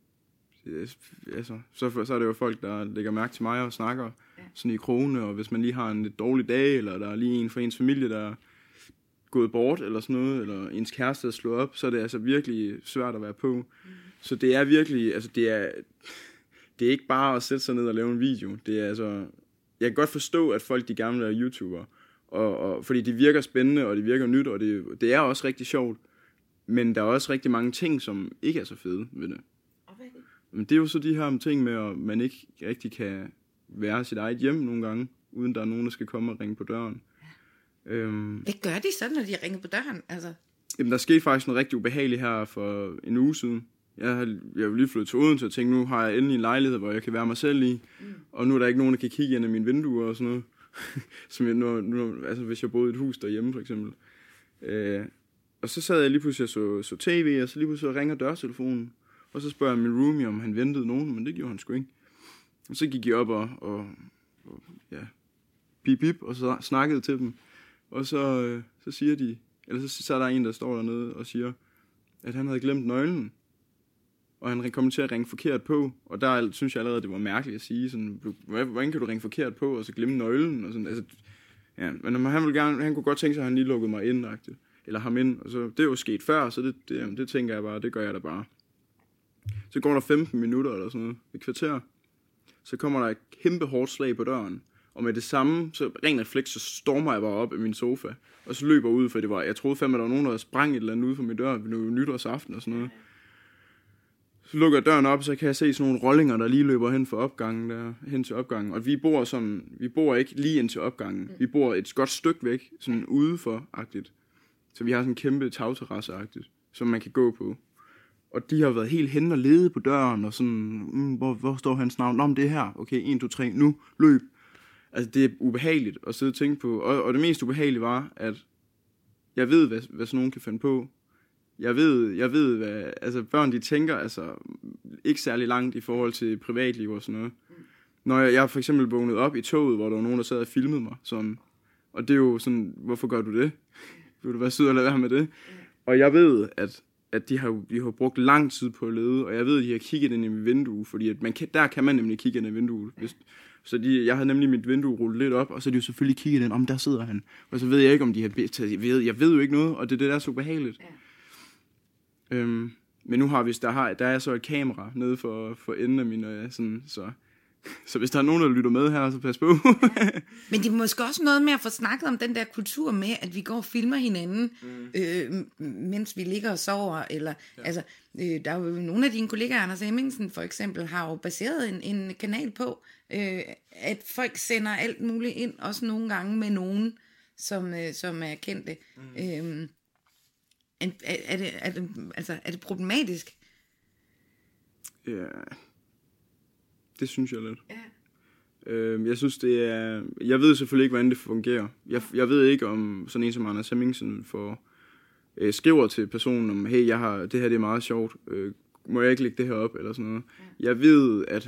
altså så er det jo folk, der lægger mærke til mig og snakker sådan i krogene, og hvis man lige har en lidt dårlig dag, eller der er lige en fra ens familie, der er gået bort, eller sådan noget, eller ens kæreste er slået op, så er det altså virkelig svært at være på. Så det er virkelig, altså det er ikke bare at sætte sig ned og lave en video. Det er altså, jeg kan godt forstå, at folk de gerne vil være YouTuber, og fordi det virker spændende, og det virker nyt, og det er også rigtig sjovt. Men der er også rigtig mange ting, som ikke er så fede ved det. Men det er jo så de her ting med, at man ikke rigtig kan være sit eget hjem nogle gange, uden der er nogen, der skal komme og ringe på døren. Hvad gør de så, når de ringer på døren? Altså? Jamen, der skete faktisk noget rigtig ubehageligt her for en uge siden. Jeg vil lige flytte til Odense og tænkte, nu har jeg endelig en lejlighed, hvor jeg kan være mig selv i. Og nu er der ikke nogen, der kan kigge ind ad mine vinduer og sådan noget. Som altså hvis jeg boede i et hus derhjemme for eksempel. Og så sad jeg lige pludselig og så tv, og så lige pludselig ringer dørtelefonen. Og så spørger jeg min roomie, om han ventede nogen, men det gjorde han sgu ikke. Og så gik jeg op og pip, og så snakkede til dem. Og så siger de, eller så er der en, der står dernede og siger, at han havde glemt nøglen. Og han kom til at ringe forkert på, og der synes jeg allerede, det var mærkeligt at sige, sådan, hvordan kan du ringe forkert på, og så glemme nøglen, og sådan, altså, ja, men han kunne godt tænke sig, at han lige lukkede mig ind, eller ham ind, og så, det er jo sket før, så det tænker jeg bare, det gør jeg da bare. Så går der 15 minutter, eller sådan noget, et kvarter, så kommer der et kæmpe hårdt slag på døren, og med det samme, så ren refleks, så stormer jeg bare op af min sofa, og så løber ud, for jeg troede fandme, at der var nogen, der sprang et eller andet ud for min dør, det var nytårsaften og sådan noget. Så lukker jeg døren op, så kan jeg se sådan nogle rollinger, der lige løber hen til opgangen. Og vi bor ikke lige ind til opgangen. Vi bor et godt stykke væk, sådan udefor-agtigt. Så vi har sådan en kæmpe tagterrasse-agtigt, som man kan gå på. Og de har været helt hen og lede på døren, og sådan, hvor står hans navn? Nå, men det er her. Okay, 1, 2, 3, nu, løb. Altså, det er ubehageligt at sidde og tænke på. Og det mest ubehagelige var, at jeg ved, hvad sådan nogen kan finde på. Jeg ved, hvad altså børn de tænker altså ikke særlig langt i forhold til privatliv og sådan noget. Når jeg for eksempel vågnede op i toget, hvor der var nogen, der sad og filmede mig, sådan, og det er jo sådan, hvorfor gør du det? Vil du være sød og lade være med det? Og jeg ved, at de har brugt lang tid på at lede, og jeg ved, at de har kigget ind i mit vindue, fordi at der kan man nemlig kigge ind i vinduet. Så jeg havde nemlig mit vindue rullet lidt op, og så har de jo selvfølgelig kigget ind, om der sidder han. Og så ved jeg ikke, om de har jeg ved jo ikke noget, og det er det, der er så behageligt. Men nu har vi, der er så et kamera nede for enden af mine, sådan, så Så hvis der er nogen, der lytter med her, så pas på. Men det er måske også noget med at få snakket om den der kultur med, at vi går og filmer hinanden, mens vi ligger og sover. Eller, altså, der er jo nogle af dine kollegaer, Anders Hemmingsen for eksempel, har jo baseret en kanal på, at folk sender alt muligt ind, også nogle gange med nogen, som er kendte. Er det problematisk? Ja, det synes jeg lidt. Ja. Jeg synes, det er... Jeg ved selvfølgelig ikke, hvordan det fungerer. Jeg ved ikke, om sådan en som Anders Hemmingsen skriver til personen om, hey, det her det er meget sjovt. Må jeg ikke lægge det her op, eller sådan noget. Ja. Jeg ved, at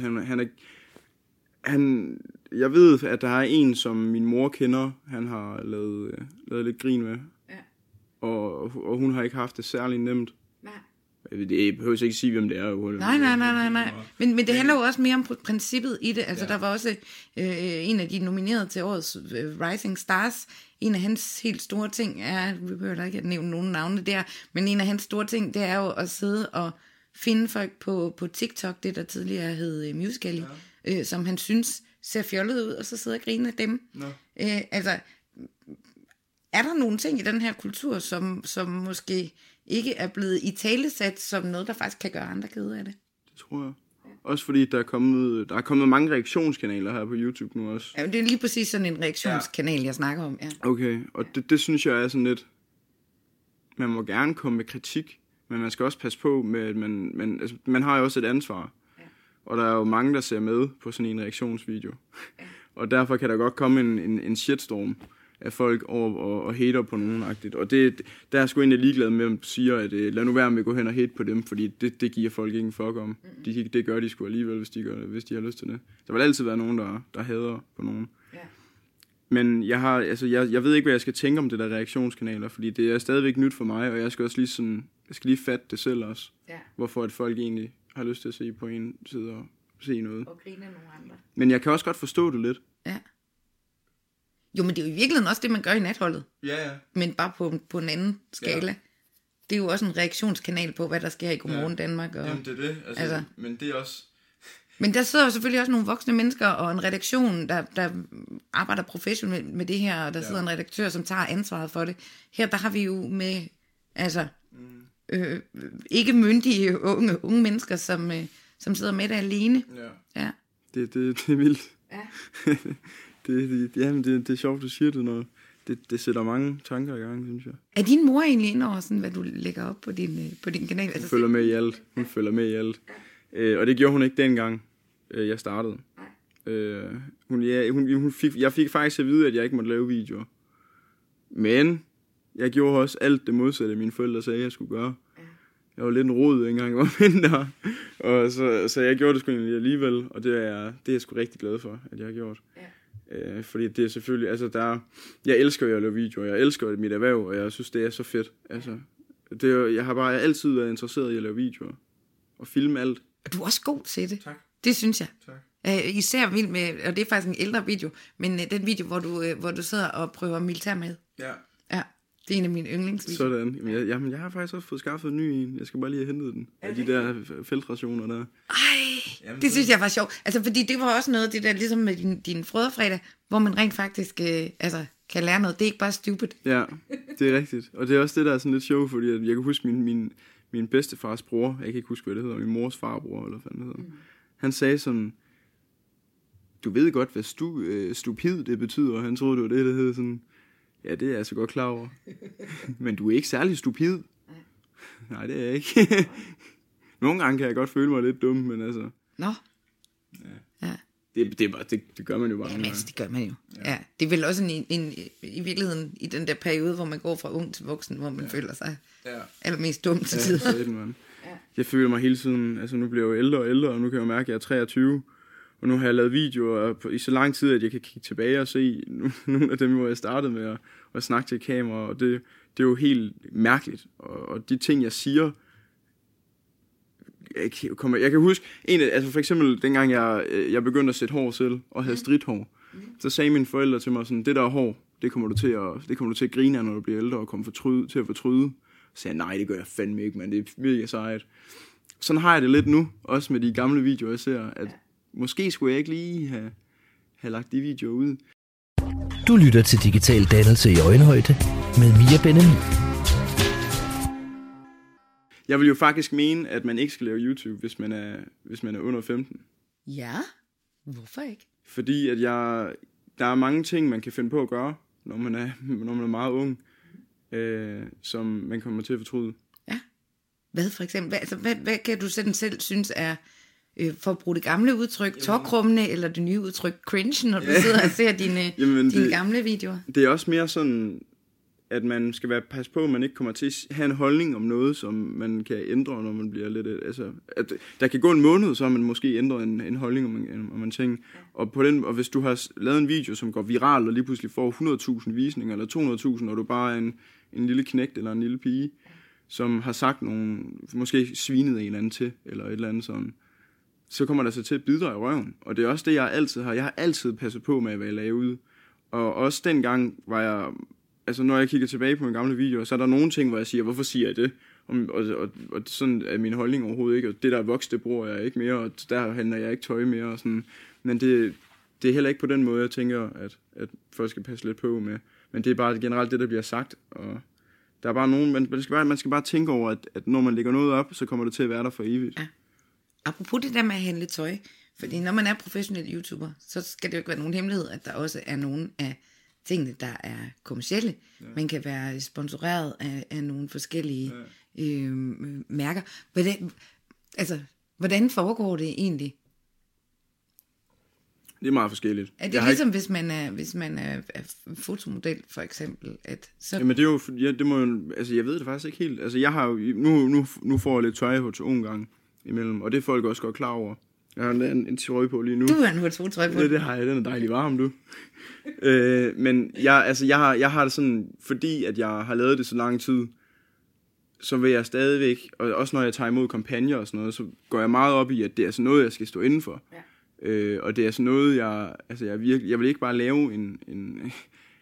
jeg ved, at der er en, som min mor kender, han har lavet lidt grin med. Ja. Og hun har ikke haft det særlig nemt. Nej. Det behøver ikke sige, hvem det er. Nej. Men det handler jo også mere om princippet i det. Altså, der var også en af de nominerede til årets Rising Stars. En af hans helt store ting er, vi behøver ikke at nævne nogen navne der, men en af hans store ting, det er jo at sidde og finde folk på TikTok, det der tidligere hed Musical.ly, som han synes ser fjollet ud, og så sidde og grine af dem. Altså, er der nogle ting i den her kultur, som måske ikke er blevet italesat som noget, der faktisk kan gøre andre kede af det? Det tror jeg. Også fordi der er kommet mange reaktionskanaler her på YouTube nu også. Ja, det er lige præcis sådan en reaktionskanal, jeg snakker om. Ja. Okay, og det synes jeg er sådan lidt... Man må gerne komme med kritik, men man skal også passe på med, at man har jo også et ansvar. Ja. Og der er jo mange, der ser med på sådan en reaktionsvideo. Ja. Og derfor kan der godt komme en shitstorm af folk og hater på nogen-agtigt. Og der er jeg sgu egentlig ligeglad med, at man siger, at lad nu være med at gå hen og hate på dem, fordi det giver folk ikke en fuck om. Det gør de sgu alligevel, hvis de har lyst til det. Der vil altid være nogen, der hader på nogen. Ja. Men jeg ved ikke, hvad jeg skal tænke om det der reaktionskanaler, fordi det er stadigvæk nyt for mig, og jeg skal også lige fatte det selv også. Ja. Hvorfor at folk egentlig har lyst til at se på en side og se noget. Og grine af nogle andre. Men jeg kan også godt forstå det lidt. Ja. Jo, men det er jo i virkeligheden også det, man gør i Natholdet. Ja. Men bare på en anden skala. Ja. Det er jo også en reaktionskanal på, hvad der sker i Godmorgen Danmark. Og, jamen, det er det. Altså, men det er også... Men der sidder jo selvfølgelig også nogle voksne mennesker og en redaktion, der arbejder professionelt med det her, og der sidder en redaktør, som tager ansvaret for det. Her, der har vi jo med, ikke myndige unge mennesker, som sidder med det alene. Ja. Det er vildt. Ja. Det er sjovt, du siger det, når det sætter mange tanker i gang, synes jeg. Er din mor egentlig inde over, sådan, hvad du lægger op på din kanal? Hun følger med i alt. Følger med i alt. Og det gjorde hun ikke dengang, jeg startede. Jeg fik faktisk at vide, at jeg ikke måtte lave videoer. Men jeg gjorde også alt det modsatte, mine forældre sagde, jeg skulle gøre. Jeg var lidt en rod, engang jeg var mindre. Og så jeg gjorde det sgu egentlig alligevel, og det er jeg sgu rigtig glad for, at jeg har gjort. Fordi det er selvfølgelig, altså jeg elsker jo at lave videoer, jeg elsker mit erhverv, og jeg synes, det er så fedt. Altså, jeg har bare altid været interesseret i at lave videoer, og filme alt. Du er også god til det. Tak. Det synes jeg. Tak. Især vild med, og det er faktisk en ældre video, men den video, hvor du sidder og prøver militærmad. Ja. Det er en af mine yndlingsvideoer. Sådan. Jamen, jeg har faktisk også fået skaffet en ny en. Jeg skal bare lige have hentet den. Af de der feltrationer der. Jamen, det synes jeg var sjovt. Altså, fordi det var også noget, det der ligesom med din frøderfredag, hvor man rent faktisk kan lære noget. Det er ikke bare stupid. Ja, det er rigtigt. Og det er også det, der er sådan lidt sjovt, fordi jeg kan huske min bedstefars bror, jeg kan ikke huske, hvad det hedder, min mors farbror, eller hvad det hedder. Han sagde sådan, du ved godt, hvad stupid det betyder, og han troede, det var det hed sådan, ja, det er jeg så godt klar over. Men du er ikke særlig stupid. Nej, det er jeg ikke. Nogle gange kan jeg godt føle mig lidt dum, men altså... Nå. Ja. Det gør man jo bare. Ja, altså, det gør man jo. Ja. Det er vel også i virkeligheden i den der periode, hvor man går fra ung til voksen, hvor man føler sig allermest dum til tider. Jeg føler mig hele tiden... Altså, nu bliver jeg jo ældre og ældre, og nu kan jeg jo mærke, at jeg er 23. Og nu har jeg lavet videoer i så lang tid, at jeg kan kigge tilbage og se nogle af dem, hvor jeg startede med at snakke til kamera. Og det er jo helt mærkeligt. Og de ting, jeg siger... Jeg kan huske, altså for eksempel dengang jeg begyndte at sætte hår selv, og havde stridthår, så sagde mine forældre til mig sådan, det der hår, det kommer du til at grine af, når du bliver ældre, og kommer til at fortryde. Så sagde jeg, nej, det gør jeg fandme ikke, man, det er virkelig sejt. Sådan har jeg det lidt nu, også med de gamle videoer, jeg ser, at måske skulle jeg ikke lige have lagt de videoer ud. Du lytter til Digital Dannelse i Øjenhøjde med Mia Ben-Emil. Jeg vil jo faktisk mene, at man ikke skal lave YouTube, hvis man er under 15. Ja, hvorfor ikke? Fordi at der er mange ting, man kan finde på at gøre, når man er meget ung, som man kommer til at fortryde. Ja. Hvad for eksempel? Hvad kan du selv synes er, for at bruge det gamle udtryk, tåkrummende, eller det nye udtryk, cringe, når du sidder og ser dine gamle videoer? Det er også mere sådan, at man skal passe på, at man ikke kommer til at have en holdning om noget, som man kan ændre, når man bliver lidt... Altså, at der kan gå en måned, så har man måske ændret en holdning om en ting. Og hvis du har lavet en video, som går viral, og lige pludselig får 100.000 visninger, eller 200.000, og du bare er en lille knægt eller en lille pige, som har sagt måske svinet en eller anden til, eller et eller andet sådan, så kommer der så til at bide dig i røven. Og det er også det, jeg altid har. Jeg har altid passet på med, hvad jeg lavede ud. Og også dengang var jeg... Altså, når jeg kigger tilbage på mine gamle videoer, så er der nogle ting, hvor jeg siger, hvorfor siger jeg det? Og sådan er min holdning overhovedet ikke. Og det, der er vokst, det bruger jeg ikke mere, og der handler jeg ikke tøj mere. Og sådan. Men det er heller ikke på den måde, jeg tænker, at folk skal passe lidt på med. Men det er bare generelt det, der bliver sagt. Og der er bare nogen... Man skal bare tænke over, at når man lægger noget op, så kommer det til at være der for evigt. Ja. Apropos det der med at handle tøj, fordi når man er professionel YouTuber, så skal det jo ikke være nogen hemmelighed, at der også er nogle af tingene, der er kommercielle. Ja. Man kan være sponsoreret af nogle forskellige mærker. Hvordan foregår det egentlig? Det er meget forskelligt. Er det ligesom, hvis man er fotomodel, for eksempel? Jamen det er jo, det må jo, altså jeg ved det faktisk ikke helt. Altså jeg har jo, nu får jeg lidt tøj i H2 en gang imellem, og det er folk også godt klar over. Jeg har en trøje på lige nu. Du har en H2-trøje på. Det har jeg, den er dejlig varm, du. Men jeg har det sådan, fordi at jeg har lavet det så lang tid, så vil jeg stadigvæk, og også når jeg tager imod kampagner og sådan noget, så går jeg meget op i, at det er sådan noget, jeg skal stå inden for. Ja. Og det er sådan noget, jeg vil ikke bare lave en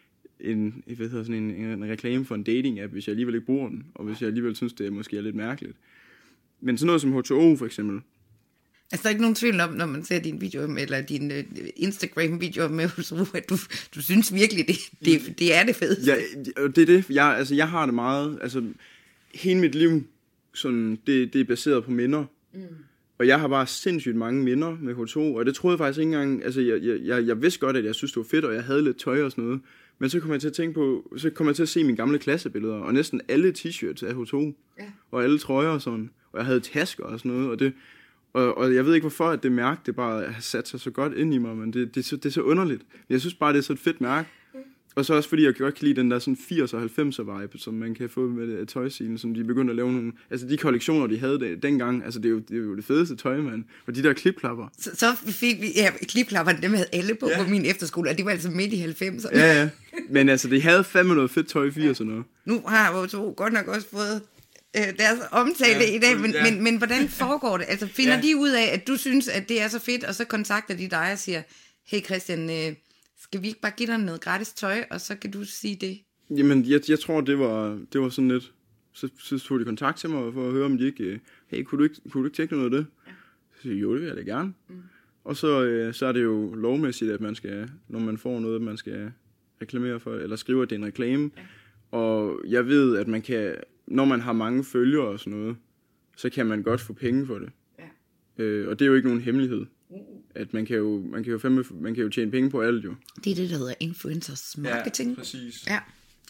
reklame for en dating-app, hvis jeg alligevel ikke bruger den, og hvis jeg alligevel synes, det måske er lidt mærkeligt. Men sådan noget som H2O for eksempel. Altså, der er ikke nogen tvivl om, når man ser din video, eller din Instagram-video med H2O, at du synes virkelig, det er det fedeste. Ja, det er det. Jeg har det meget, altså hele mit liv, sådan, det er baseret på minder. Mm. Og jeg har bare sindssygt mange minder med H2O, og det troede jeg faktisk ikke engang, altså jeg vidste godt, at jeg synes, det var fedt, og jeg havde lidt tøj og sådan noget. Men så kom jeg til at tænke på, så kom jeg til at se mine gamle klassebilleder, og næsten alle t-shirts af H2O, og alle trøjer og sådan, og jeg havde tasker og sådan noget, og jeg ved ikke hvorfor, at det mærke, det bare har sat sig så godt ind i mig, men det er så underligt. Jeg synes bare, det er så et fedt mærke. Og så også fordi, jeg godt kan lide den der sådan 80'er og 90'er vibe, som man kan få med tøjstilen, som de begyndte at lave nogle... Altså de kollektioner, de havde dengang, altså det er jo det fedeste tøj, man. Og de der klipklapper. Så fik vi... Ja, klipklapperne, dem havde alle på min efterskole, og de var altså midt i 90'erne. Ja. Men altså, de havde fandme noget fedt tøj i 80'erne. Ja. Nu har H2O godt nok også fået deres omtale i dag, men hvordan foregår det? Altså finder de ud af, at du synes, at det er så fedt, og så kontakter de dig og siger, hey Christian, skal vi ikke bare give dig noget gratis tøj, og så kan du sige det? Jamen, jeg tror, det var sådan lidt... Så tog de kontakt til mig for at høre, om de ikke... Hey, kunne du ikke tjekke noget af det? Ja. Så siger jeg, jo, det vil jeg da gerne. Mm. Og så er det jo lovmæssigt, at man skal, når man får noget, man skal reklamere for, eller skrive, at det er en reklame. Ja. Og jeg ved, at man kan... Når man har mange følgere og sådan noget, så kan man godt få penge for det. Ja. Og det er jo ikke nogen hemmelighed. At man kan jo tjene penge på alt jo. Det er det, der hedder influencers marketing. Ja, præcis. Ja.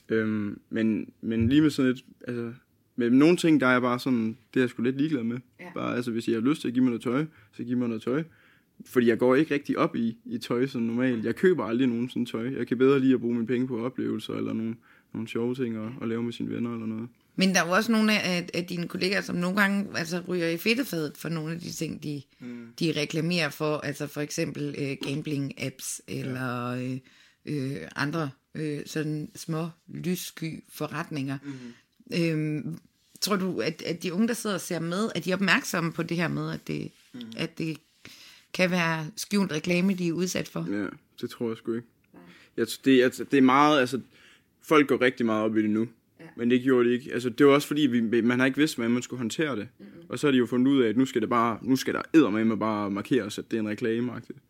Men lige med sådan et, altså, med nogle ting, der er jeg bare sådan, det er jeg sgu lidt ligeglad med. Ja. Bare, altså, hvis jeg har lyst til at give mig noget tøj, så giv mig noget tøj. Fordi jeg går ikke rigtig op i tøj sådan normalt. Jeg køber aldrig nogen sådan tøj. Jeg kan bedre lide at bruge mine penge på oplevelser, eller nogle sjove ting og lave med sine venner eller noget. Men der er jo også nogle af dine kollegaer, som nogle gange altså, ryger i fedtefadet for nogle af de ting, de reklamerer for. Altså for eksempel gambling-apps eller andre sådan små lyssky forretninger. Mm-hmm. Tror du, at de unge, der sidder og ser med, at de er opmærksomme på det her med, at det kan være skjult reklame, de er udsat for? Ja, det tror jeg sgu ikke. Det er meget, altså folk går rigtig meget op i det nu. Ja. Men det gjorde det ikke. Altså, det var også fordi, man har ikke vidst, hvordan man skulle håndtere det. Og så har de jo fundet ud af, at nu skal der eddermame bare markeres, at det er en reklame-agtigt.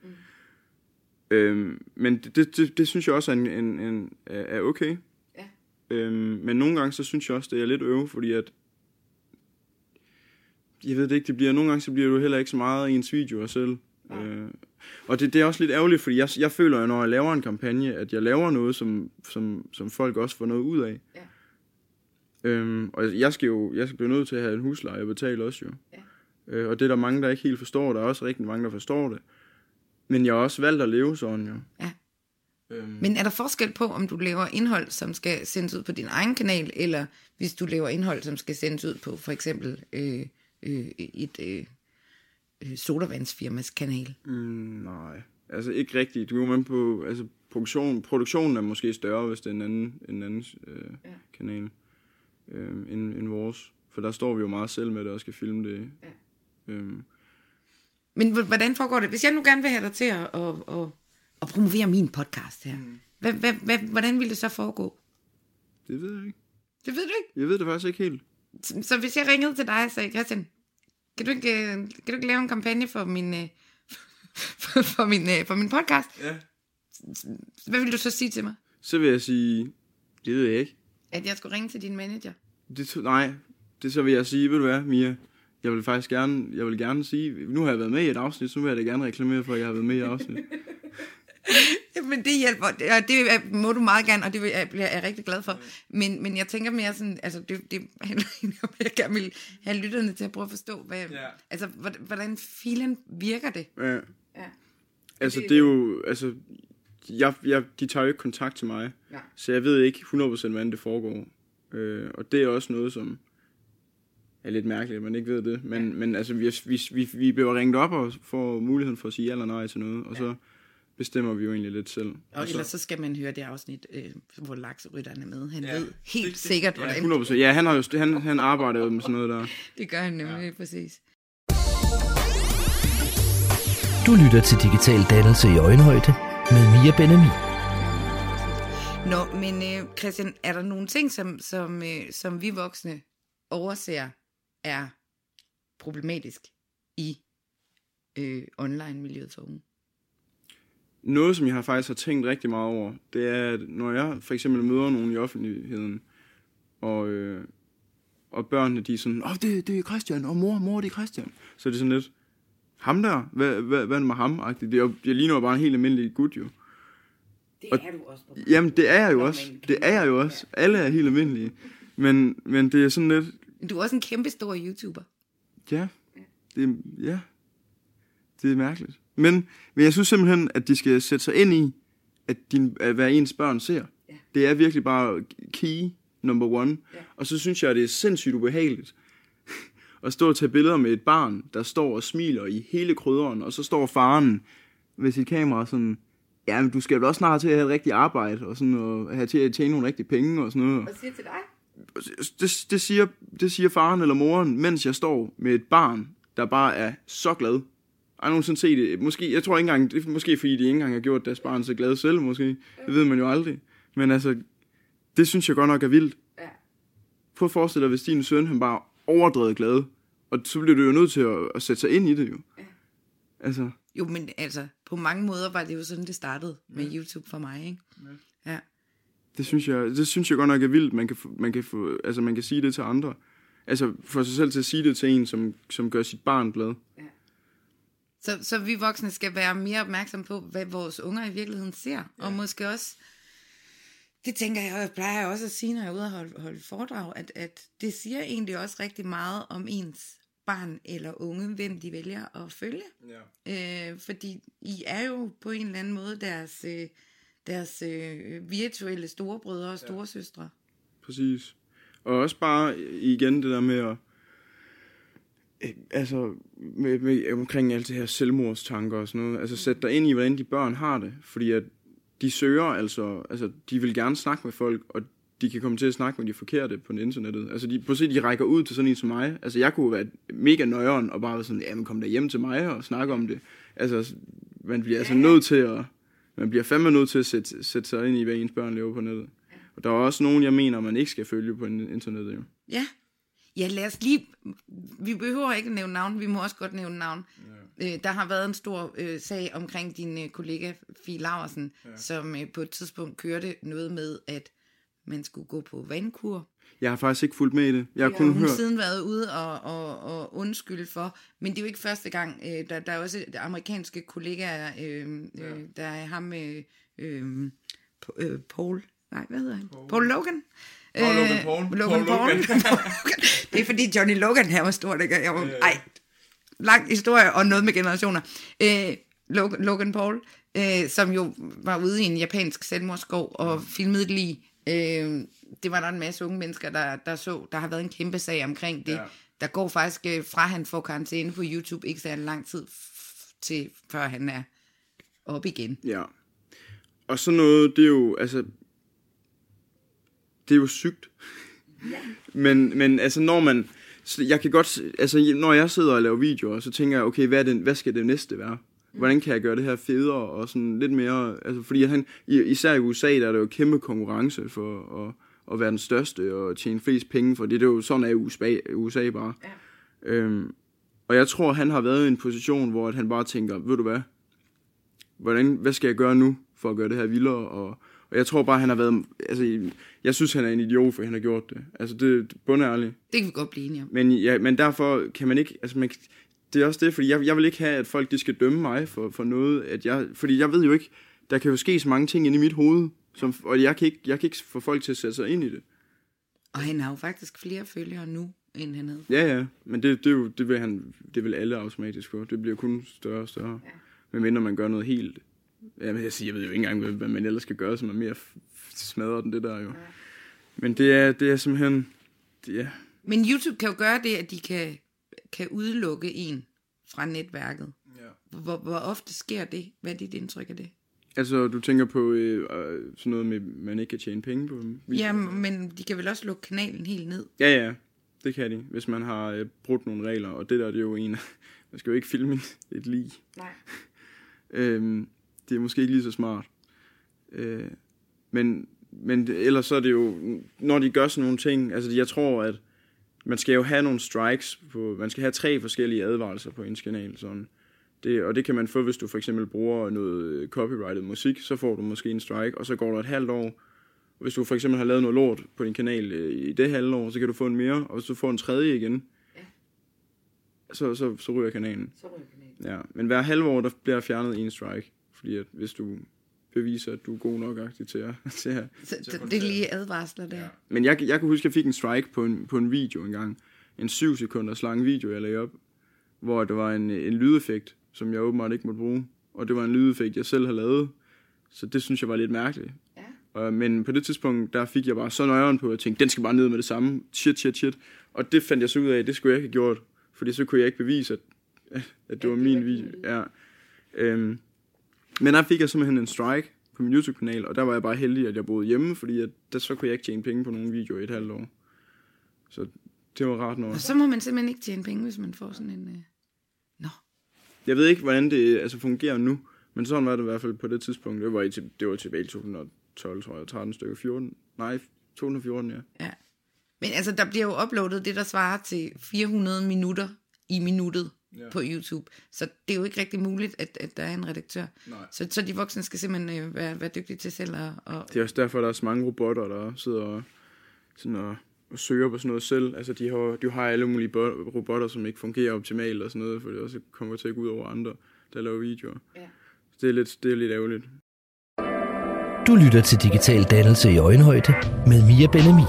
Men det synes jeg også er okay. Ja. Men nogle gange, så synes jeg også, det er lidt fordi at jeg ved det ikke, nogle gange så bliver du heller ikke så meget i ens videoer selv. Ja. Og det er også lidt ærgerligt, fordi jeg føler, når jeg laver en kampagne, at jeg laver noget, som folk også får noget ud af. Ja. Og jeg skal blive nødt til at have en husleje og betale også jo. Ja. Og det er der mange, der ikke helt forstår. Der er også rigtig mange, der forstår det. Men jeg har også valgt at leve sådan jo. Ja. Men er der forskel på, om du laver indhold, som skal sendes ud på din egen kanal, eller hvis du laver indhold, som skal sendes ud på for eksempel et sodavandsfirmas kanal? Nej, altså ikke rigtigt. Du er med på, altså produktionen er måske større, hvis det er en anden kanal end vores. For der står vi jo meget selv med det og skal filme det. Ja. Men hvordan foregår det? Hvis jeg nu gerne vil have dig til at promovere min podcast her, hvordan vil det så foregå? Det ved jeg ikke. Det ved du ikke? Jeg ved det faktisk ikke helt. Så hvis jeg ringede til dig og sagde, Christian, kan du ikke lave en kampagne for min podcast? Ja. Hvad vil du så sige til mig? Så vil jeg sige, det ved jeg ikke. At jeg skulle ringe til din manager? Nej, det så vil jeg sige, ved du hvad, Mia? Jeg vil gerne sige, nu har jeg været med i et afsnit, så vil jeg da gerne reklamere for, at jeg har været med i et afsnit. Men det hjælper, og det må du meget gerne, og det bliver jeg rigtig glad for. Men jeg tænker mere sådan, altså det handler om, at jeg gerne vil have lytterne til at prøve at forstå, altså hvordan filen virker det. Ja. Altså det er jo, altså de tager jo ikke kontakt til mig, så jeg ved ikke 100% hvordan det foregår. Og det er også noget, som er lidt mærkeligt, at man ikke ved det. Men altså vi bliver ringet op og får muligheden for at sige ja eller nej til noget, og så bestemmer vi jo egentlig lidt selv. Og ellers så skal man høre det afsnit, hvor lakserytteren er med. Han ved helt sikkert, hvordan... 100%. Ja, han arbejder jo med sådan noget der. Det gør han nemlig, præcis. Du lytter til Digital Dannelse i Øjenhøjde med Mia Ben-Ami. Nå, men Christian, er der nogle ting, som vi voksne overser er problematisk i online-miljøet for unge? Noget, som jeg faktisk har tænkt rigtig meget over, det er, at når jeg for eksempel møder nogen i offentligheden, og børnene, de er sådan, det er Christian, og mor, det er Christian. Så er det sådan lidt, ham der, hvad med ham? Jeg ligner jo bare en helt almindelig gut, jo. Det er du også. Jamen, det er jeg jo også. Alle er helt almindelige. Men det er sådan lidt... Du er også en kæmpe stor YouTuber. Ja. Det er mærkeligt. Men jeg synes simpelthen, at de skal sætte sig ind i, at hvad ens børn ser. Ja. Det er virkelig bare key number 1. Ja. Og så synes jeg, at det er sindssygt ubehageligt at stå og tage billeder med et barn, der står og smiler i hele krydderen, og så står faren ved sit kamera sådan, ja, men du skal vel også snart til at have et rigtigt arbejde, og sådan, og have til at tjene nogle rigtige penge, og sådan noget. Hvad siger til dig? Det siger faren eller moren, mens jeg står med et barn, der bare er så glad. Jeg har nogensinde set det. Måske, jeg tror ikke engang, det er måske fordi de ikke engang har gjort deres barn så glad selv, måske. Det ved man jo aldrig. Men altså, det synes jeg godt nok er vildt. Ja. Prøv at forestille dig, hvis din søn, han bare overdrevet glad, og så bliver du jo nødt til at sætte sig ind i det jo. Ja. Altså. Jo, men altså, på mange måder var det jo sådan, det startede med YouTube for mig, ikke? Ja. Det synes jeg godt nok er vildt, man kan sige det til andre. Altså, for sig selv til at sige det til en, som gør sit barn glad. Ja. Så vi voksne skal være mere opmærksomme på, hvad vores unger i virkeligheden ser. Ja. Og måske også, det tænker jeg plejer også at sige, når jeg er ude og holde foredrag, at det siger egentlig også rigtig meget om ens barn eller unge, hvem de vælger at følge. Ja. Fordi I er jo på en eller anden måde deres virtuelle storebrødre og storesøstre. Ja. Præcis. Og også bare igen det der med at altså med omkring alt det her selvmordstanker og sådan noget, altså sæt dig ind i, hvordan de børn har det, fordi at de søger altså de vil gerne snakke med folk, og de kan komme til at snakke med de forkerte på internettet. Altså de rækker ud til sådan en som mig. Altså jeg kunne være mega nøjeren og bare være sådan, jamen kom der hjem til mig og snakke om det. Altså man bliver altså nødt til at, man bliver fandme nødt til at sætte sig ind i, hvad ens børn lever på nettet. Og der er også nogen, jeg mener, man ikke skal følge på internettet, jo. Ja, lad os lige... Vi behøver ikke nævne navn, vi må også godt nævne navn. Ja. Der har været en stor sag omkring din kollega Fie Laursen, som på et tidspunkt kørte noget med, at man skulle gå på vandkur. Jeg har faktisk ikke fulgt med i det. Jeg har kun hørt. Siden været ude og undskylde for, men det er jo ikke første gang. Der er også amerikanske kollegaer, der er ham med Paul... Nej, hvad hedder han? Paul Logan? Logan Paul. Det er fordi Johnny Logan her var stor, lang historie og noget med generationer. Logan Paul, som jo var ude i en japansk selvmordsskov og filmede et lig. Det var der en masse unge mennesker, der har været en kæmpe sag omkring det. Ja. Der går faktisk fra han får karantæne på YouTube ikke så lang tid til før han er op igen. Ja. Og sådan noget, det er jo altså det er jo sygt. Ja. Men altså når man jeg kan godt altså når jeg sidder og laver videoer, så tænker jeg okay, hvad skal det næste være? Hvordan kan jeg gøre det her federe og sådan lidt mere, altså fordi især i USA, der er der jo kæmpe konkurrence for at være den største og tjene flest penge, for det er jo sådan af USA bare. Ja. Og jeg tror, han har været i en position, hvor han bare tænker, ved du hvad, hvad skal jeg gøre nu for at gøre det her vildere, og jeg tror bare, han har været, altså jeg synes, han er en idiot, for han har gjort det. Altså det er bundærligt. Det kan vi godt blive enige om. Men derfor kan man ikke, altså det er også det, fordi jeg vil ikke have, at folk de skal dømme mig for noget, fordi jeg ved jo ikke, der kan jo ske så mange ting inde i mit hoved, og jeg kan ikke få folk til at sætte sig ind i det. Og han har jo faktisk flere følgere nu, end han havde. Ja, men det vil alle automatisk få. Det bliver kun større og større. Ja. Medmindre man gør noget helt, jeg ved jo ikke engang, hvad man ellers skal gøre, som er mere smadret end det der jo. Ja. Men det er simpelthen, ja. Men YouTube kan jo gøre det, at de kan udelukke en fra netværket. Ja. Hvor ofte sker det? Hvad er dit indtryk af det? Altså, du tænker på sådan noget med, man ikke kan tjene penge på? Ja, men de kan vel også lukke kanalen helt ned? Ja, det kan de, hvis man har brudt nogle regler, og det der, det er jo man skal jo ikke filme et lig. Nej. Det er måske ikke lige så smart. Men ellers så er det jo, når de gør sådan nogle ting, altså jeg tror, at man skal jo have nogle strikes man skal have 3 forskellige advarelser på ens kanal, sådan. Og det kan man få, hvis du for eksempel bruger noget copyrighted musik, så får du måske en strike, og så går der et halvt år. Hvis du for eksempel har lavet noget lort på din kanal i det halve år, så kan du få en mere, og hvis du får en tredje igen, så ryger kanalen. Ja, men hver halve år, der bliver fjernet en strike, fordi at hvis du beviser, at du er god nok til at så det er lige advarsler der. Ja. Men jeg kan huske, at jeg fik en strike på en video engang. En 7 sekunders lang video, jeg lagde op, hvor der var en lydeffekt, som jeg åbenbart ikke måtte bruge. Og det var en lydeffekt, jeg selv havde lavet. Så det synes jeg var lidt mærkeligt. Ja. Men på det tidspunkt, der fik jeg bare så nøjeren på, at jeg tænkte, den skal bare ned med det samme. Shit. Og det fandt jeg så ud af, det skulle jeg ikke have gjort. Fordi så kunne jeg ikke bevise, at det var min video. Ja. Men der fik jeg simpelthen en strike på min YouTube-kanal, og der var jeg bare heldig, at jeg boede hjemme, fordi så kunne jeg ikke tjene penge på nogen videoer i et halvt år. Så det var rart nok. Og så må man simpelthen ikke tjene penge, hvis man får sådan en... Nå. Jeg ved ikke, hvordan det fungerer nu, men sådan var det i hvert fald på det tidspunkt. Det var tilbage i 2012, tror jeg, 13 stykker, 14. Nej, 2014, ja. Ja. Men altså, der bliver jo uploadet det, der svarer til 400 minutter i minuttet på YouTube. Så det er jo ikke rigtig muligt, at der er en redaktør. Så de voksne skal simpelthen være dygtige til selv at... Det er også derfor, der er så mange robotter, der sidder og søger på sådan noget selv. Altså, de har alle mulige robotter, som ikke fungerer optimalt og sådan noget, for det også kommer til at gå ud over andre, der laver videoer. Ja. Så det er lidt ærgerligt. Du lytter til Digital Dannelse i Øjenhøjde med Mia Ben-Ami.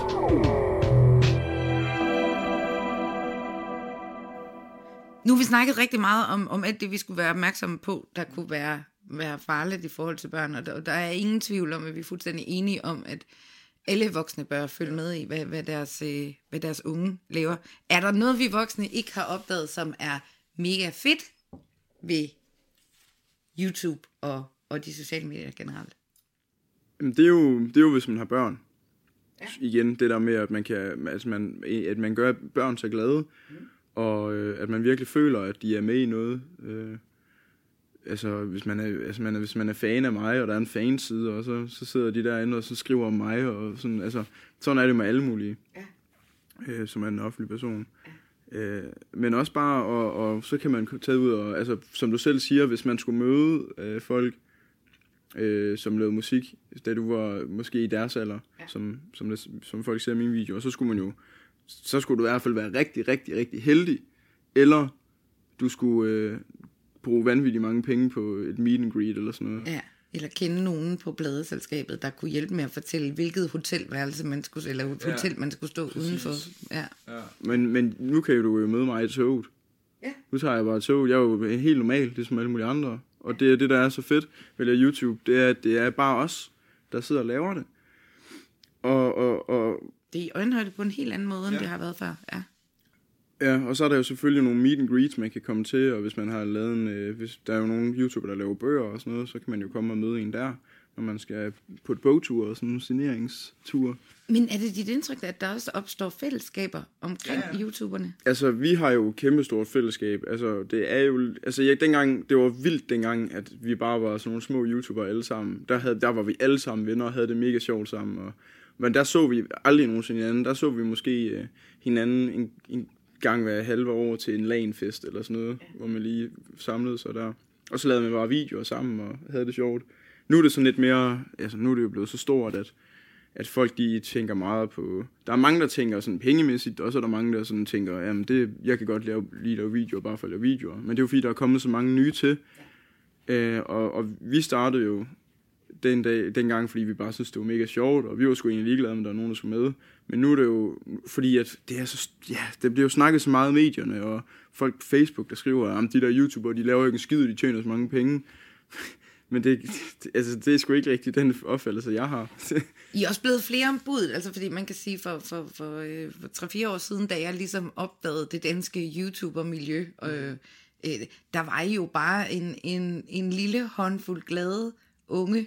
Nu har vi snakket rigtig meget om alt det, vi skulle være opmærksomme på, der kunne være farligt i forhold til børn, og der er ingen tvivl om, at vi er fuldstændig enige om, at alle voksne bør følge med i, hvad deres unge laver. Er der noget, vi voksne ikke har opdaget, som er mega fedt ved YouTube og de sociale medier generelt? Det er jo hvis man har børn. Ja. Igen, det der med, at man gør børn så glade, og at man virkelig føler, at de er med i noget. altså hvis man er fan af mig, og der er en fanside, og så sidder de derinde og så skriver om mig, og sådan, altså, sådan er det med alle mulige, som er en offentlig person. Men også bare, og så kan man tage ud og, altså som du selv siger, hvis man skulle møde folk, som lavede musik, da du var måske i deres alder, som folk ser mine videoer, så skulle du i hvert fald være rigtig, rigtig, rigtig heldig, eller du skulle bruge vanvittigt mange penge på et meet and greet eller sådan noget. Ja, eller kende nogen på pladeselskabet, der kunne hjælpe med at fortælle, hvilket hotelværelse man skulle, eller hotel man skulle stå udenfor. Ja. Men nu kan du jo møde mig i toget. Ja. Nu tager jeg bare toget. Jeg er jo helt normal, ligesom alle mulige andre. Og det er det, der er så fedt ved YouTube, det er, at det er bare os, der sidder og laver det. Og det er i øjenhøjde på en helt anden måde, end det har været før. Ja. Ja, og så er der jo selvfølgelig nogle meet and greets, man kan komme til, og hvis man har lavet hvis der er jo nogle YouTuber, der laver bøger og sådan noget, så kan man jo komme og møde en der, når man skal på et bogtur og sådan en signeringstur. Men er det dit indtryk, at der også opstår fællesskaber omkring YouTuberne? Altså, vi har jo et kæmpestort fællesskab. Altså, det er jo... Altså, det var vildt dengang, at vi bare var sådan nogle små YouTubere alle sammen. Der var vi alle sammen venner og havde det mega sjovt sammen. Men der så vi aldrig nogensinde hinanden. Der så vi måske hinanden en gang hver halve år til en LAN-fest eller sådan noget, hvor man lige samlede sig der. Og så lavede man bare videoer sammen og havde det sjovt. Nu er det sådan lidt mere... Altså, nu er det jo blevet så stort, at folk de tænker meget på... Der er mange, der tænker sådan pengemæssigt, og så er der mange, der sådan tænker, jamen jeg kan godt lige lave videoer, bare for at lave videoer. Men det er jo fordi, der er kommet så mange nye til. Og vi startede jo dengang, fordi vi bare synes, det var mega sjovt, og vi var sgu egentlig ligeglade, om der var nogen, der skulle med. Men nu er det jo, fordi at det er så... Ja, det bliver jo snakket så meget i medierne, og folk på Facebook, der skriver, at de der YouTubere, de laver ikke en skid, de tjener så mange penge. Men det er sgu ikke rigtig den opfattelse, jeg har. I er også blevet flere om budet, altså fordi man kan sige, for 3-4 år siden, da jeg ligesom opdagede det danske YouTuber-miljø, der var jo bare en lille håndfuld glade unge,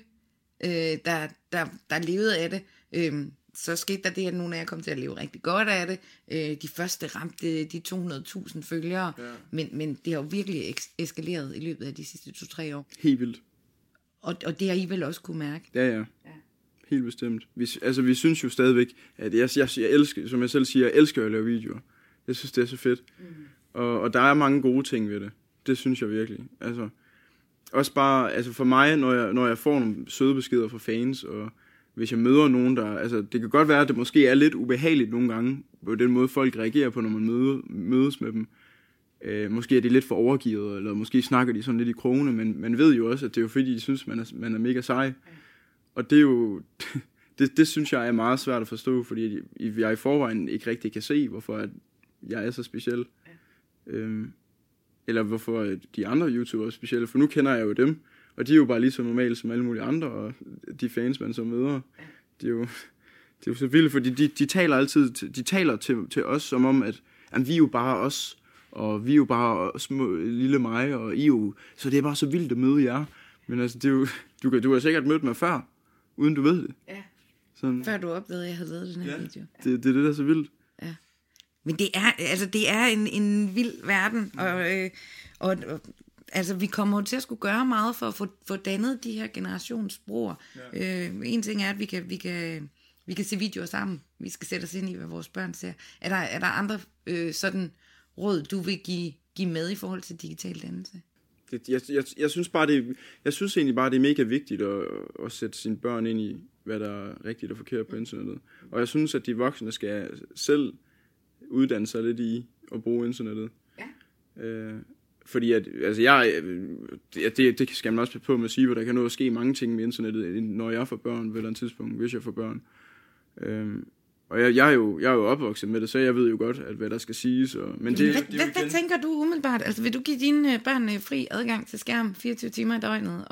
der levede af det. Så skete der det, at nogle af jer kom til at leve rigtig godt af det. De første ramte de 200.000 følgere, men det har jo virkelig eskaleret i løbet af de sidste 2-3 år. Helt vildt. Og det har I vel også kunne mærke? Ja. Helt bestemt. Vi synes jo stadigvæk, at jeg elsker, som jeg selv siger, jeg elsker at lave videoer. Jeg synes, det er så fedt. Og der er mange gode ting ved det. Det synes jeg virkelig. Altså, også bare, altså for mig, når jeg får nogle søde beskeder fra fans, og hvis jeg møder nogen, der... Altså, det kan godt være, at det måske er lidt ubehageligt nogle gange, på den måde, folk reagerer på, når man mødes med dem. Måske er de lidt for overgivet, eller måske snakker de sådan lidt i krogene, men man ved jo også, at det er jo fordi, de synes, man er mega sej. Og det er jo... Det synes jeg er meget svært at forstå, fordi jeg i forvejen ikke rigtig kan se, hvorfor at jeg er så speciel. Eller hvorfor de andre YouTubere er specielle, for nu kender jeg jo dem, og de er jo bare lige så normale som alle mulige andre, og de fans, man så møder, det er jo så vildt, fordi de taler altid, de taler til os, som om, at vi er jo bare os, og vi er jo bare små, lille mig, og I jo, så det er bare så vildt at møde jer. Men altså, det er jo, du har sikkert mødt mig før, uden du ved det. Ja, sådan. Før du opdagede, at jeg havde lavet den her video. Det er det, der er så vildt. Ja. Men det er en vild verden, og altså, vi kommer jo til at skulle gøre meget for at få dannet de her generationsbroer. En ting er, at vi kan se videoer sammen. Vi skal sætte os ind i, hvad vores børn ser. Er der andre sådan råd, du vil give med i forhold til digital dannelse? Jeg synes egentlig bare, det er mega vigtigt at sætte sine børn ind i, hvad der er rigtigt og forkert på internettet. Og jeg synes, at de voksne skal selv uddanne sig lidt i at bruge internettet. Ja. Fordi at, altså det skal man også passe på med at sige, hvor der kan nå at ske mange ting med internettet, når jeg får børn, ved et eller andet tidspunkt, hvis jeg får børn. Og jeg er jo opvokset med det, så jeg ved jo godt, hvad der skal siges. Men hvad tænker du umiddelbart? Altså, vil du give dine børn fri adgang til skærm 24 timer i døgnet?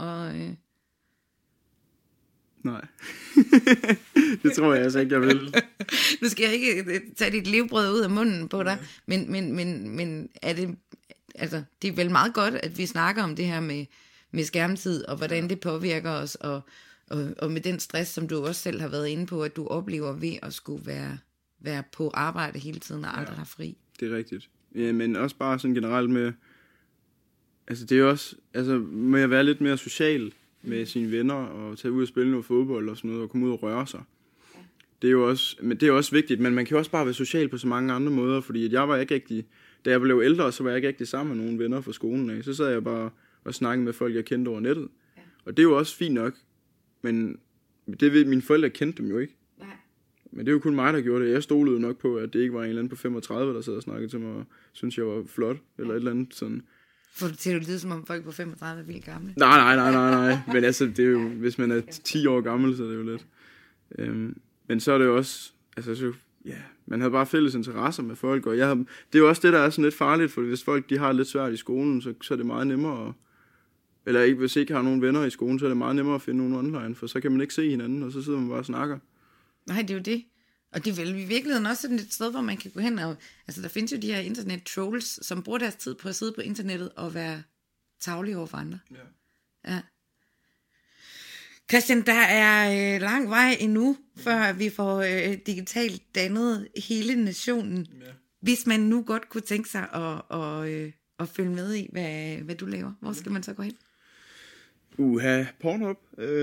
Nej. Det tror jeg altså ikke, jeg vil. Nu skal jeg ikke tage dit livbrød ud af munden på dig, men er det... Altså, det er vel meget godt, at vi snakker om det her med skærmtid, og hvordan det påvirker os, og med den stress, som du også selv har været inde på, at du oplever ved at skulle være på arbejde hele tiden, og aldrig have fri. Det er rigtigt. Ja, men også bare sådan generelt med, altså det er også, altså med at være lidt mere social med sine venner, og tage ud og spille noget fodbold og sådan noget, og komme ud og røre sig. Det er jo også, men det er også vigtigt, men man kan jo også bare være social på så mange andre måder, fordi at jeg var ikke rigtig, da jeg blev ældre, så var jeg ikke rigtig sammen med nogle venner fra skolen af. Så sad jeg bare og snakkede med folk, jeg kendte over nettet. Ja. Og det er jo også fint nok, men det ved mine forældre kendte dem jo ikke. Nej. Men det er jo kun mig, der gjorde det. Jeg stolede nok på, at det ikke var en eller anden på 35, der sad og snakkede til mig og syntes, jeg var flot, eller et eller andet sådan. For du til at lyde som om folk på 35 er vildt gamle? Nej. Men altså, det er jo, hvis man er 10 år gammel, så er det jo lidt. Men så er det jo også, altså så, ja, man havde bare fælles interesser med folk, og det er jo også det, der er sådan lidt farligt, for hvis folk de har det lidt svært i skolen, så er det meget nemmere, eller ikke, hvis ikke har nogen venner i skolen, så er det meget nemmere at finde nogen online, for så kan man ikke se hinanden, og så sidder man bare og snakker. Nej, det er jo det. Og det er vel i virkeligheden også sådan et sted, hvor man kan gå hen og, altså der findes jo de her internet-trolls, som bruger deres tid på at sidde på internettet og være tarvelige over for andre. Ja. Christian, der er lang vej endnu, før vi får digitalt dannet hele nationen. Ja. Hvis man nu godt kunne tænke sig at følge med i, hvad du laver, hvor skal man så gå hen? Pornhub.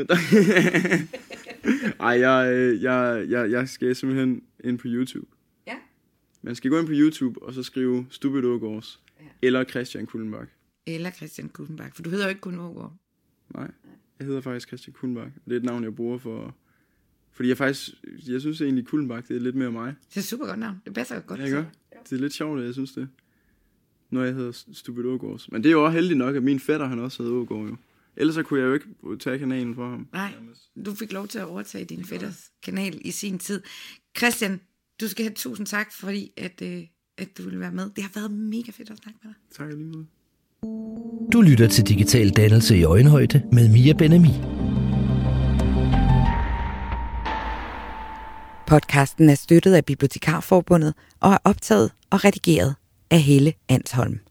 Ej, jeg skal simpelthen ind på YouTube. Ja. Man skal gå ind på YouTube, og så skrive Stupid Aagaards, eller Christian Kullenbach. Eller Christian Kullenbach, for du hedder jo ikke kun Aagaard. Nej, jeg hedder faktisk Christian Kullenbach. Det er et navn, jeg bruger for... Fordi jeg synes egentlig, Kullenbach, det er lidt mere mig. Det er et super godt navn. Det passer godt til. Ja. Det er lidt sjovt, jeg synes det. Når jeg hedder Stupid Aagaards. Men det er jo også heldigt nok, at min fætter, han også hedder Aagaard jo. Ellers så kunne jeg jo ikke tage kanalen for ham. Nej, du fik lov til at overtage din fætters kanal i sin tid. Christian, du skal have 1000 tak, fordi at du ville være med. Det har været mega fedt at snakke med dig. Tak lige måde. Du lytter til Digital Dannelse i Øjenhøjde med Mia Ben-Ami. Podcasten er støttet af Bibliotekarforbundet og er optaget og redigeret af Helle Ansholm.